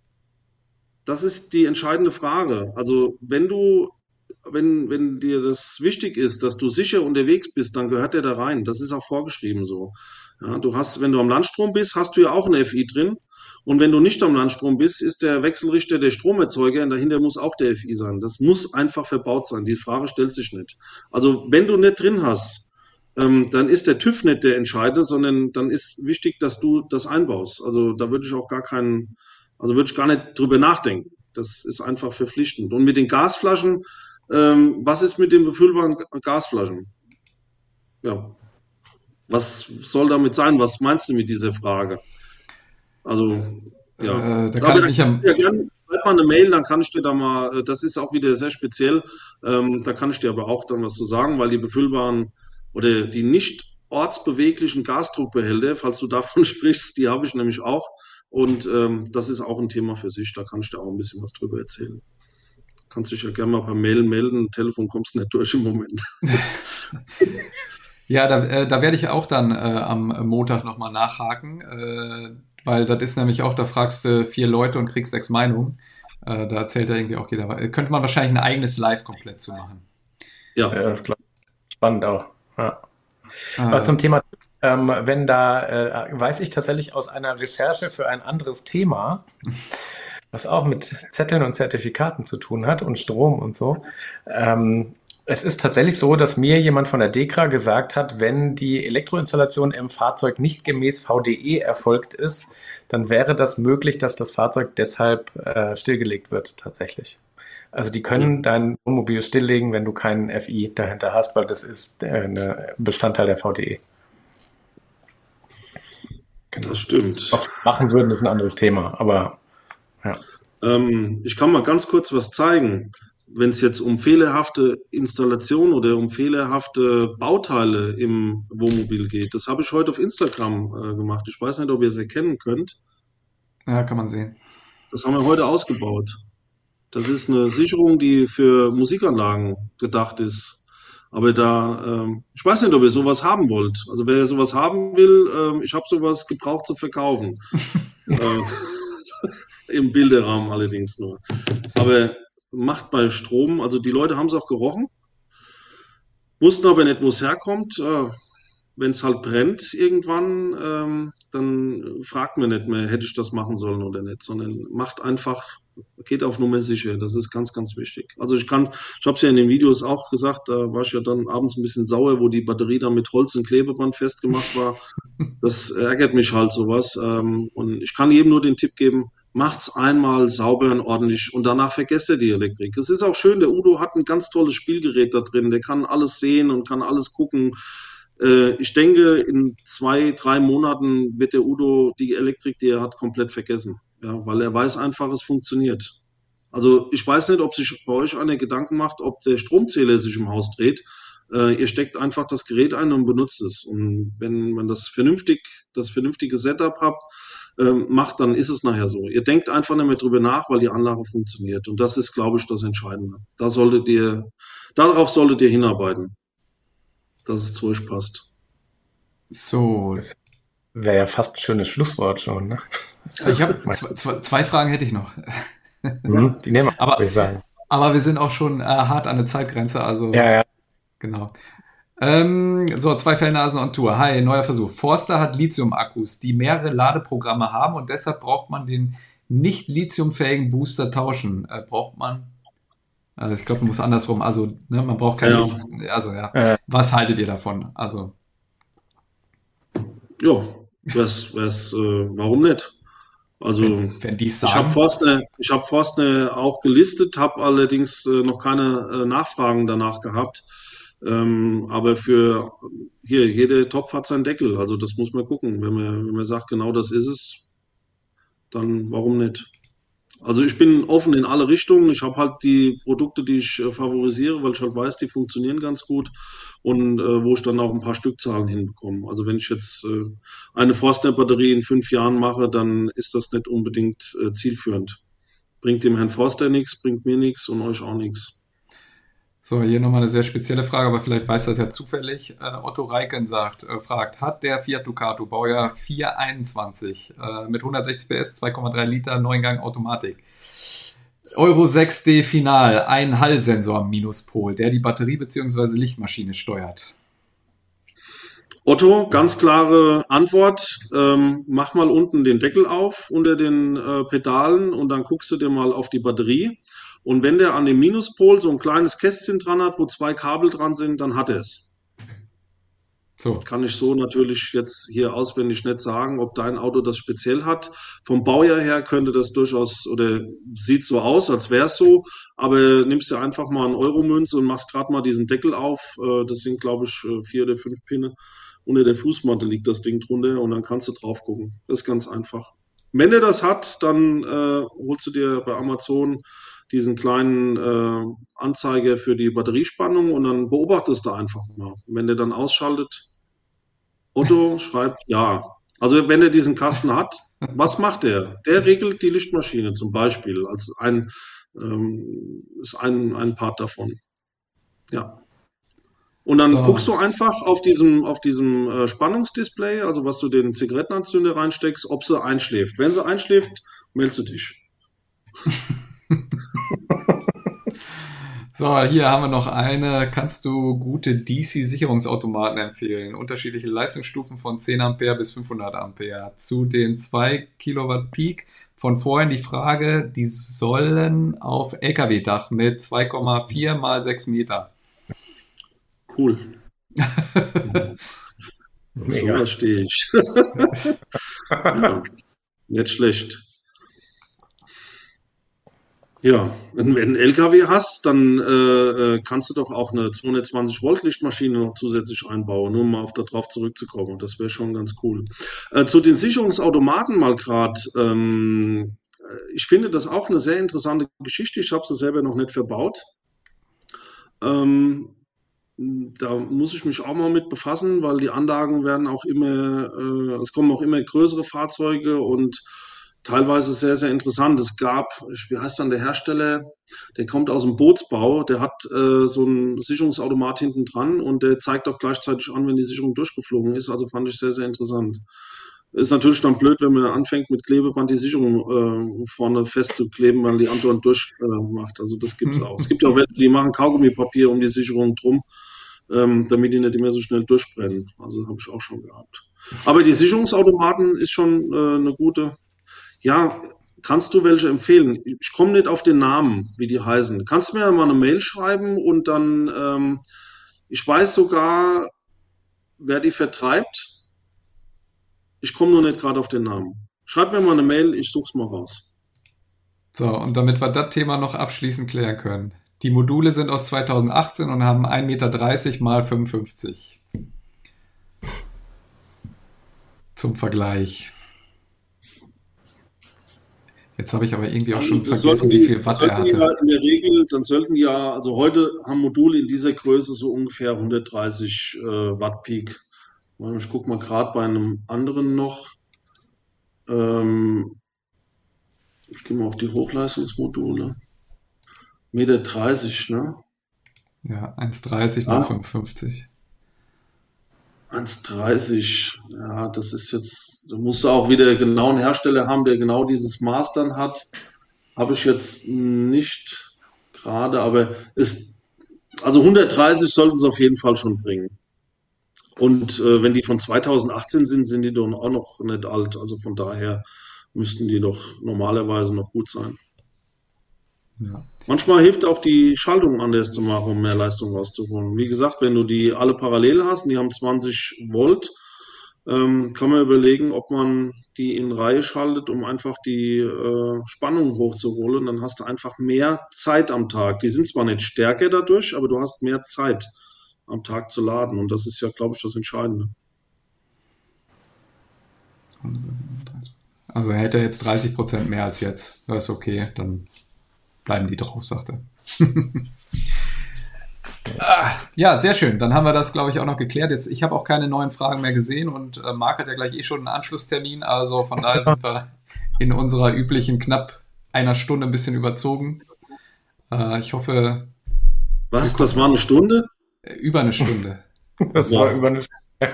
Das ist die entscheidende Frage. Also wenn du, wenn, wenn dir das wichtig ist, dass du sicher unterwegs bist, dann gehört der da rein. Das ist auch vorgeschrieben so. Ja, du hast, wenn du am Landstrom bist, hast du ja auch ein F I drin. Und wenn du nicht am Landstrom bist, ist der Wechselrichter der Stromerzeuger und dahinter muss auch der F I sein. Das muss einfach verbaut sein. Die Frage stellt sich nicht. Also wenn du nicht drin hast, ähm, dann ist der TÜV nicht der Entscheidende, sondern dann ist wichtig, dass du das einbaust. Also da würde ich auch gar keinen, also würde ich gar nicht drüber nachdenken. Das ist einfach verpflichtend. Und mit den Gasflaschen, ähm, was ist mit den befüllbaren Gasflaschen? Ja, was soll damit sein? Was meinst du mit dieser Frage? Also, ja. äh, da Aber kann ich da mich am, ja gern, schreib mal eine Mail, dann kann ich dir da mal, äh, das ist auch wieder sehr speziell, ähm, da kann ich dir aber auch dann was zu sagen, weil die befüllbaren oder die nicht ortsbeweglichen Gasdruckbehälter, falls du davon sprichst, die habe ich nämlich auch. Und ähm, das ist auch ein Thema für sich, da kann ich dir auch ein bisschen was drüber erzählen. Kannst dich ja gerne mal per Mail melden, Telefon kommst nicht durch im Moment. ja, da, äh, da werde ich auch dann äh, am Montag nochmal nachhaken, äh, weil das ist nämlich auch, da fragst du vier Leute und kriegst sechs Meinungen. Äh, da erzählt er irgendwie auch jeder. Könnte man wahrscheinlich ein eigenes Live komplett zu machen. Ja, Ja, das glaub ich. Spannend auch. Ja. Aber Äh, zum Thema, ähm, wenn da, äh, weiß ich tatsächlich aus einer Recherche für ein anderes Thema, was auch mit Zetteln und Zertifikaten zu tun hat und Strom und so. Ähm, es ist tatsächlich so, dass mir jemand von der DEKRA gesagt hat, wenn die Elektroinstallation im Fahrzeug nicht gemäß V D E erfolgt ist, dann wäre das möglich, dass das Fahrzeug deshalb äh, stillgelegt wird tatsächlich. Also die können dein Wohnmobil stilllegen, wenn du keinen F I dahinter hast, weil das ist äh, ein Bestandteil der V D E. Genau. das stimmt. Ob sie machen würden, ist ein anderes Thema, aber ja. Ähm, ich kann mal ganz kurz was zeigen. Wenn es jetzt um fehlerhafte Installation oder um fehlerhafte Bauteile im Wohnmobil geht, das habe ich heute auf Instagram äh, gemacht. Ich weiß nicht, ob ihr es erkennen könnt. ja, kann man sehen. Das haben wir heute ausgebaut. Das ist eine Sicherung, die für Musikanlagen gedacht ist. Aber da, ähm, ich weiß nicht, ob ihr sowas haben wollt. Also wer sowas haben will, ähm, ich habe sowas gebraucht zu verkaufen. äh, Im Bilderrahmen allerdings nur. Aber macht bei Strom, also die Leute haben es auch gerochen, wussten aber nicht, wo es herkommt. Äh, wenn es halt brennt irgendwann, ähm, dann fragt man nicht mehr, hätte ich das machen sollen oder nicht, sondern macht einfach, geht auf Nummer sicher. Das ist ganz, ganz wichtig. Also ich kann, ich habe es ja in den Videos auch gesagt, da war ich ja dann abends ein bisschen sauer, wo die Batterie dann mit Holz und Klebeband festgemacht war. Das ärgert mich halt sowas. Ähm, und ich kann jedem nur den Tipp geben, macht's einmal sauber und ordentlich und danach vergesst ihr die Elektrik. Es ist auch schön, der Udo hat ein ganz tolles Spielgerät da drin, der kann alles sehen und kann alles gucken. Äh, ich denke, in zwei, drei Monaten wird der Udo die Elektrik, die er hat, komplett vergessen. Ja, weil er weiß einfach, es funktioniert. Also ich weiß nicht, ob sich bei euch einer Gedanken macht, ob der Stromzähler sich im Haus dreht. Äh, ihr steckt einfach das Gerät ein und benutzt es. Und wenn man das vernünftig, das vernünftige Setup habt, ähm, macht, dann ist es nachher so. Ihr denkt einfach nicht mehr drüber nach, weil die Anlage funktioniert. Und das ist, glaube ich, das Entscheidende. Da solltet ihr, darauf solltet ihr hinarbeiten, dass es zu euch passt. So, Das wäre ja fast ein schönes Schlusswort schon, ne? ich habe zwei, zwei, zwei Fragen hätte ich noch. Hm, die nehmen wir, Aber, würde ich sagen. aber wir sind auch schon äh, hart an der Zeitgrenze, also Ja, ja. genau. Ähm, so, zwei Fellnasen on Tour. Hi, neuer Versuch. Forster hat Lithium-Akkus, die mehrere Ladeprogramme haben und deshalb braucht man den nicht lithiumfähigen Booster tauschen. Äh, braucht man, also ich glaube, man muss andersrum, also ne, man braucht kein Ja. Licht, also ja. Äh, Was haltet ihr davon? Also, Ja, was, was, äh, warum nicht? Also wenn, wenn die es ich habe sagen, Forstner, ich habe Forstner auch gelistet, habe allerdings äh, noch keine äh, Nachfragen danach gehabt. Ähm, aber für hier, jeder Topf hat seinen Deckel. Also das muss man gucken. Wenn man, wenn man sagt, genau das ist es, dann warum nicht? Also ich bin offen in alle Richtungen. Ich habe halt die Produkte, die ich äh, favorisiere, weil ich halt weiß, die funktionieren ganz gut und äh, wo ich dann auch ein paar Stückzahlen hinbekomme. Also wenn ich jetzt äh, eine Forstner-Batterie in fünf Jahren mache, dann ist das nicht unbedingt äh, zielführend. Bringt dem Herrn Forster nichts, bringt mir nichts und euch auch nichts. so, hier nochmal eine sehr spezielle Frage, aber vielleicht weiß das ja zufällig. Äh, Otto Reiken sagt, äh, fragt, hat der Fiat Ducato Baujahr vier einundzwanzig äh, mit hundertsechzig P S, zwei Komma drei Liter, Neungang Automatik, Euro sechs D Final, ein Hallsensor am Minuspol, der die Batterie bzw. Lichtmaschine steuert? Otto, ganz klare Antwort. Ähm, mach mal unten den Deckel auf unter den äh, Pedalen und dann guckst du dir mal auf die Batterie. Und wenn der an dem Minuspol so ein kleines Kästchen dran hat, wo zwei Kabel dran sind, dann hat er es. So, Kann ich so natürlich jetzt hier auswendig nicht sagen, ob dein Auto das speziell hat. Vom Baujahr her könnte das durchaus oder sieht so aus, als wäre es so. Aber nimmst dir einfach mal eine Euromünze und machst gerade mal diesen Deckel auf. Äh, Das sind, glaube ich, äh, vier oder fünf Pinne. Unter der Fußmatte liegt das Ding drunter und dann kannst du drauf gucken. Das ist ganz einfach. Wenn der das hat, dann äh, holst du dir bei Amazon diesen kleinen äh, Anzeiger für die Batteriespannung und dann beobachtest du einfach mal. Wenn der dann ausschaltet, Otto schreibt ja. Also wenn er diesen Kasten hat, was macht er? Der regelt die Lichtmaschine zum Beispiel als ein ähm, ist ein, ein Part davon. Ja. Und dann so, guckst du einfach auf diesem, auf diesem äh, Spannungsdisplay, also was du den Zigarettenanzünder reinsteckst, ob sie einschläft. Wenn sie einschläft, meldest du dich. so, hier haben wir noch eine. Kannst du gute D C-Sicherungsautomaten empfehlen? Unterschiedliche Leistungsstufen von zehn Ampere bis fünfhundert Ampere. Zu den zwei Kilowatt Peak von vorhin die Frage, die sollen auf L K W-Dach mit zwei Komma vier mal sechs Meter. Cool. Auf Mega. sowas stehe ich. Ja, nicht schlecht. Ja, wenn du einen L K W hast, dann äh, äh, kannst du doch auch eine zweihundertzwanzig Volt Lichtmaschine noch zusätzlich einbauen, nur um mal auf darauf zurückzukommen. Das wäre schon ganz cool. Äh, zu den Sicherungsautomaten mal gerade. Ähm, äh, ich finde das auch eine sehr interessante Geschichte. Ich habe sie selber noch nicht verbaut. Ähm, Da muss ich mich auch mal mit befassen, weil die Anlagen werden auch immer, äh, es kommen auch immer größere Fahrzeuge und teilweise sehr, sehr interessant. Es gab, ich- wie heißt dann der Hersteller? Der kommt aus dem Bootsbau, der hat äh, so einen Sicherungsautomat hinten dran und der zeigt auch gleichzeitig an, wenn die Sicherung durchgeflogen ist. Also fand ich sehr, sehr interessant. Ist natürlich dann blöd, wenn man anfängt mit Klebeband die Sicherung äh, vorne festzukleben, weil die Antwort durch äh, macht. Also das gibt's auch. Es gibt ja auch welche, die machen Kaugummipapier um die Sicherung drum, ähm, damit die nicht immer so schnell durchbrennen. Also habe ich auch schon gehabt. Aber die Sicherungsautomaten ist schon äh, eine gute. Ja, kannst du welche empfehlen? Ich komme nicht auf den Namen, wie die heißen. Kannst du mir mal eine Mail schreiben und dann, ähm, ich weiß sogar, wer die vertreibt. Ich komme nur nicht gerade auf den Namen. Schreib mir mal eine Mail, ich such's mal raus. So, und damit wir das Thema noch abschließend klären können. Die Module sind aus zweitausendachtzehn und haben ein Meter dreißig mal fünfundfünfzig. zum Vergleich. Jetzt habe ich aber irgendwie auch Also schon das vergessen, sollten wie die, viel das Watt er sollten die hatte. ja in der Regel, dann sollten die ja, also heute haben Module in dieser Größe so ungefähr hundertdreißig äh, Watt Peak. Ich gucke mal gerade bei einem anderen noch. Ähm, ich gehe mal auf die Hochleistungsmodule. Meter dreißig, ne? Ja, eins Komma dreißig mal Ja, fünfundfünfzig. eins Komma dreißig. Ja, das ist jetzt, da musst du auch wieder genau einen Hersteller haben, der genau dieses Maß dann hat. Habe ich jetzt nicht gerade, aber ist, also hundertdreißig sollten sie auf jeden Fall schon bringen. Und äh, wenn die von zweitausendachtzehn sind, sind die doch auch noch nicht alt. Also von daher müssten die doch normalerweise noch gut sein. Ja. Manchmal hilft auch die Schaltung anders zu machen, um mehr Leistung rauszuholen. Wie gesagt, wenn du die alle parallel hast und die haben zwanzig Volt, ähm, kann man überlegen, ob man die in Reihe schaltet, um einfach die äh, Spannung hochzuholen. Dann hast du einfach mehr Zeit am Tag. Die sind zwar nicht stärker dadurch, aber du hast mehr Zeit am Tag zu laden. Und das ist ja, glaube ich, das Entscheidende. Also er hätte jetzt dreißig Prozent mehr als jetzt. Das ist okay, dann bleiben die drauf, sagt er. ah, ja, sehr schön. Dann haben wir das, glaube ich, auch noch geklärt. Jetzt, ich habe auch keine neuen Fragen mehr gesehen und äh, Marc hat ja gleich eh schon einen Anschlusstermin. Also von daher sind wir in unserer üblichen knapp einer Stunde ein bisschen überzogen. Äh, ich hoffe... Was? Das war eine Stunde? Äh, über eine Stunde. Das war über eine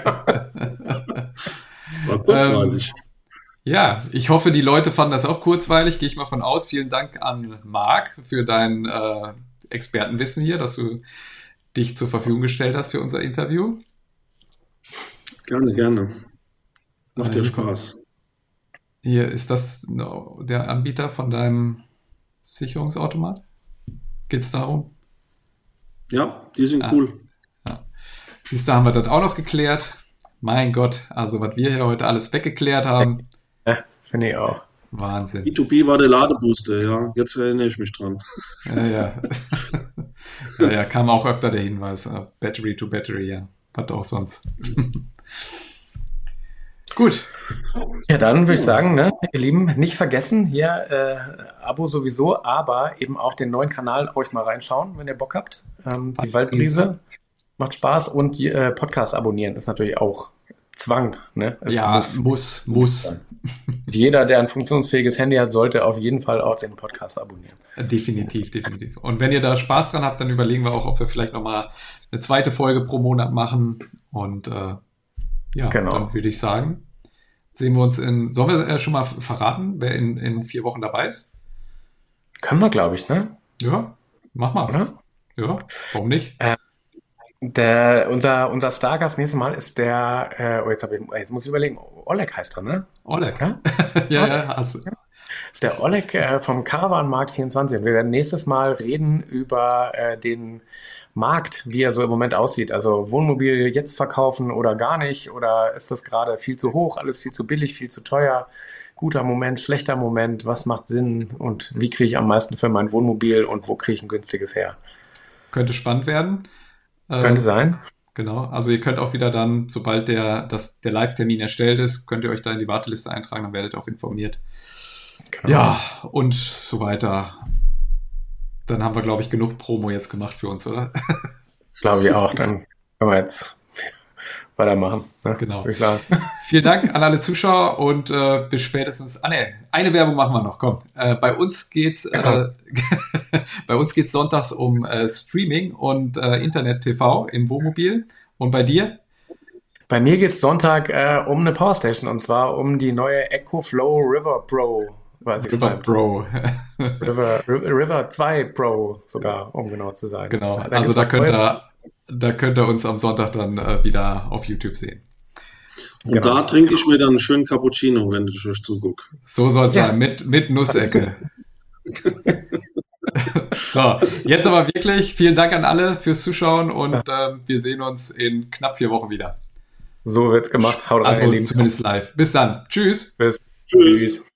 War kurzweilig. Ähm, ja, ich hoffe, die Leute fanden das auch kurzweilig. Gehe ich mal von aus. Vielen Dank an Marc für dein äh, Expertenwissen hier, dass du dich zur Verfügung gestellt hast für unser Interview. Gerne, gerne. Macht Äh, dir hier Spaß. Hier ist das no, der Anbieter von deinem Sicherungsautomat. Geht's darum? Ja, die sind Ah, cool. ja. Siehst du, haben wir das auch noch geklärt. Mein Gott, also was wir hier heute alles weggeklärt haben. Ja, finde ich auch. Wahnsinn. B zwei B war der Ladebooster, ja. Jetzt erinnere ich mich dran. Ja, ja. ja, ja, kam auch öfter der Hinweis. äh, Battery to Battery, ja. Was auch sonst. Gut. Ja, dann würde ich sagen, ne, ihr Lieben, nicht vergessen, hier äh, Abo sowieso, aber eben auch den neuen Kanal euch mal reinschauen, wenn ihr Bock habt. Ähm, die Waldbrise macht Spaß und die, äh, Podcast abonnieren ist natürlich auch Zwang. Ne? Es Ja, muss, muss, muss. jeder, der ein funktionsfähiges Handy hat, sollte auf jeden Fall auch den Podcast abonnieren. Definitiv, definitiv. Und wenn ihr da Spaß dran habt, dann überlegen wir auch, ob wir vielleicht nochmal eine zweite Folge pro Monat machen. Und äh, ja, Genau. dann würde ich sagen, sehen wir uns in, sollen wir äh, schon mal verraten, wer in, in vier Wochen dabei ist? Können wir, glaube ich, ne? Ja, mach mal. Oder? Ja, warum nicht? Äh, Der, unser, unser Stargast nächstes Mal ist der, äh, oh, jetzt, hab ich, jetzt muss ich überlegen, Oleg heißt er, ne? Oleg. Ja? ja, Oleg. ja, hast du. Ist der Oleg äh, vom Caravan-Markt vierundzwanzig. Und wir werden nächstes Mal reden über äh, den Markt, wie er so im Moment aussieht. Also Wohnmobil jetzt verkaufen oder gar nicht? Oder ist das gerade viel zu hoch, alles viel zu billig, viel zu teuer? Guter Moment, schlechter Moment, was macht Sinn? Und wie kriege ich am meisten für mein Wohnmobil und wo kriege ich ein günstiges her? Könnte spannend werden. Könnte Äh, sein. Genau, also ihr könnt auch wieder dann, sobald der, das, der Live-Termin erstellt ist, könnt ihr euch da in die Warteliste eintragen, dann werdet ihr auch informiert. Genau. Ja, und so weiter. Dann haben wir, glaube ich, genug Promo jetzt gemacht für uns, oder? Glaube ich auch. Dann können wir jetzt weitermachen. Ne? Genau. Würde ich sagen. Vielen Dank an alle Zuschauer und äh, bis spätestens. Ah ne, eine Werbung machen wir noch. Komm, äh, bei uns geht's äh, bei uns geht's sonntags um äh, Streaming und äh, Internet-T V im Wohnmobil. Und bei dir? Bei mir geht es Sonntag äh, um eine Powerstation und zwar um die neue EcoFlow River Pro. Weiß ich River nicht. Pro. River, River zwei Pro sogar, um genau zu sein. Genau. Da Also gibt's da was könnt Neues. ihr, da könnt ihr uns am Sonntag dann äh, wieder auf YouTube sehen. Und Genau. da trinke ich mir dann einen schönen Cappuccino, wenn ich euch zugucke. So soll es Ja. sein, mit, mit Nussecke. So, jetzt aber wirklich vielen Dank an alle fürs Zuschauen und ähm, wir sehen uns in knapp vier Wochen wieder. So wird's gemacht. Haut rein, Also ihr Lieben. zumindest live. Bis dann. Tschüss. Bis. Tschüss. Tschüss.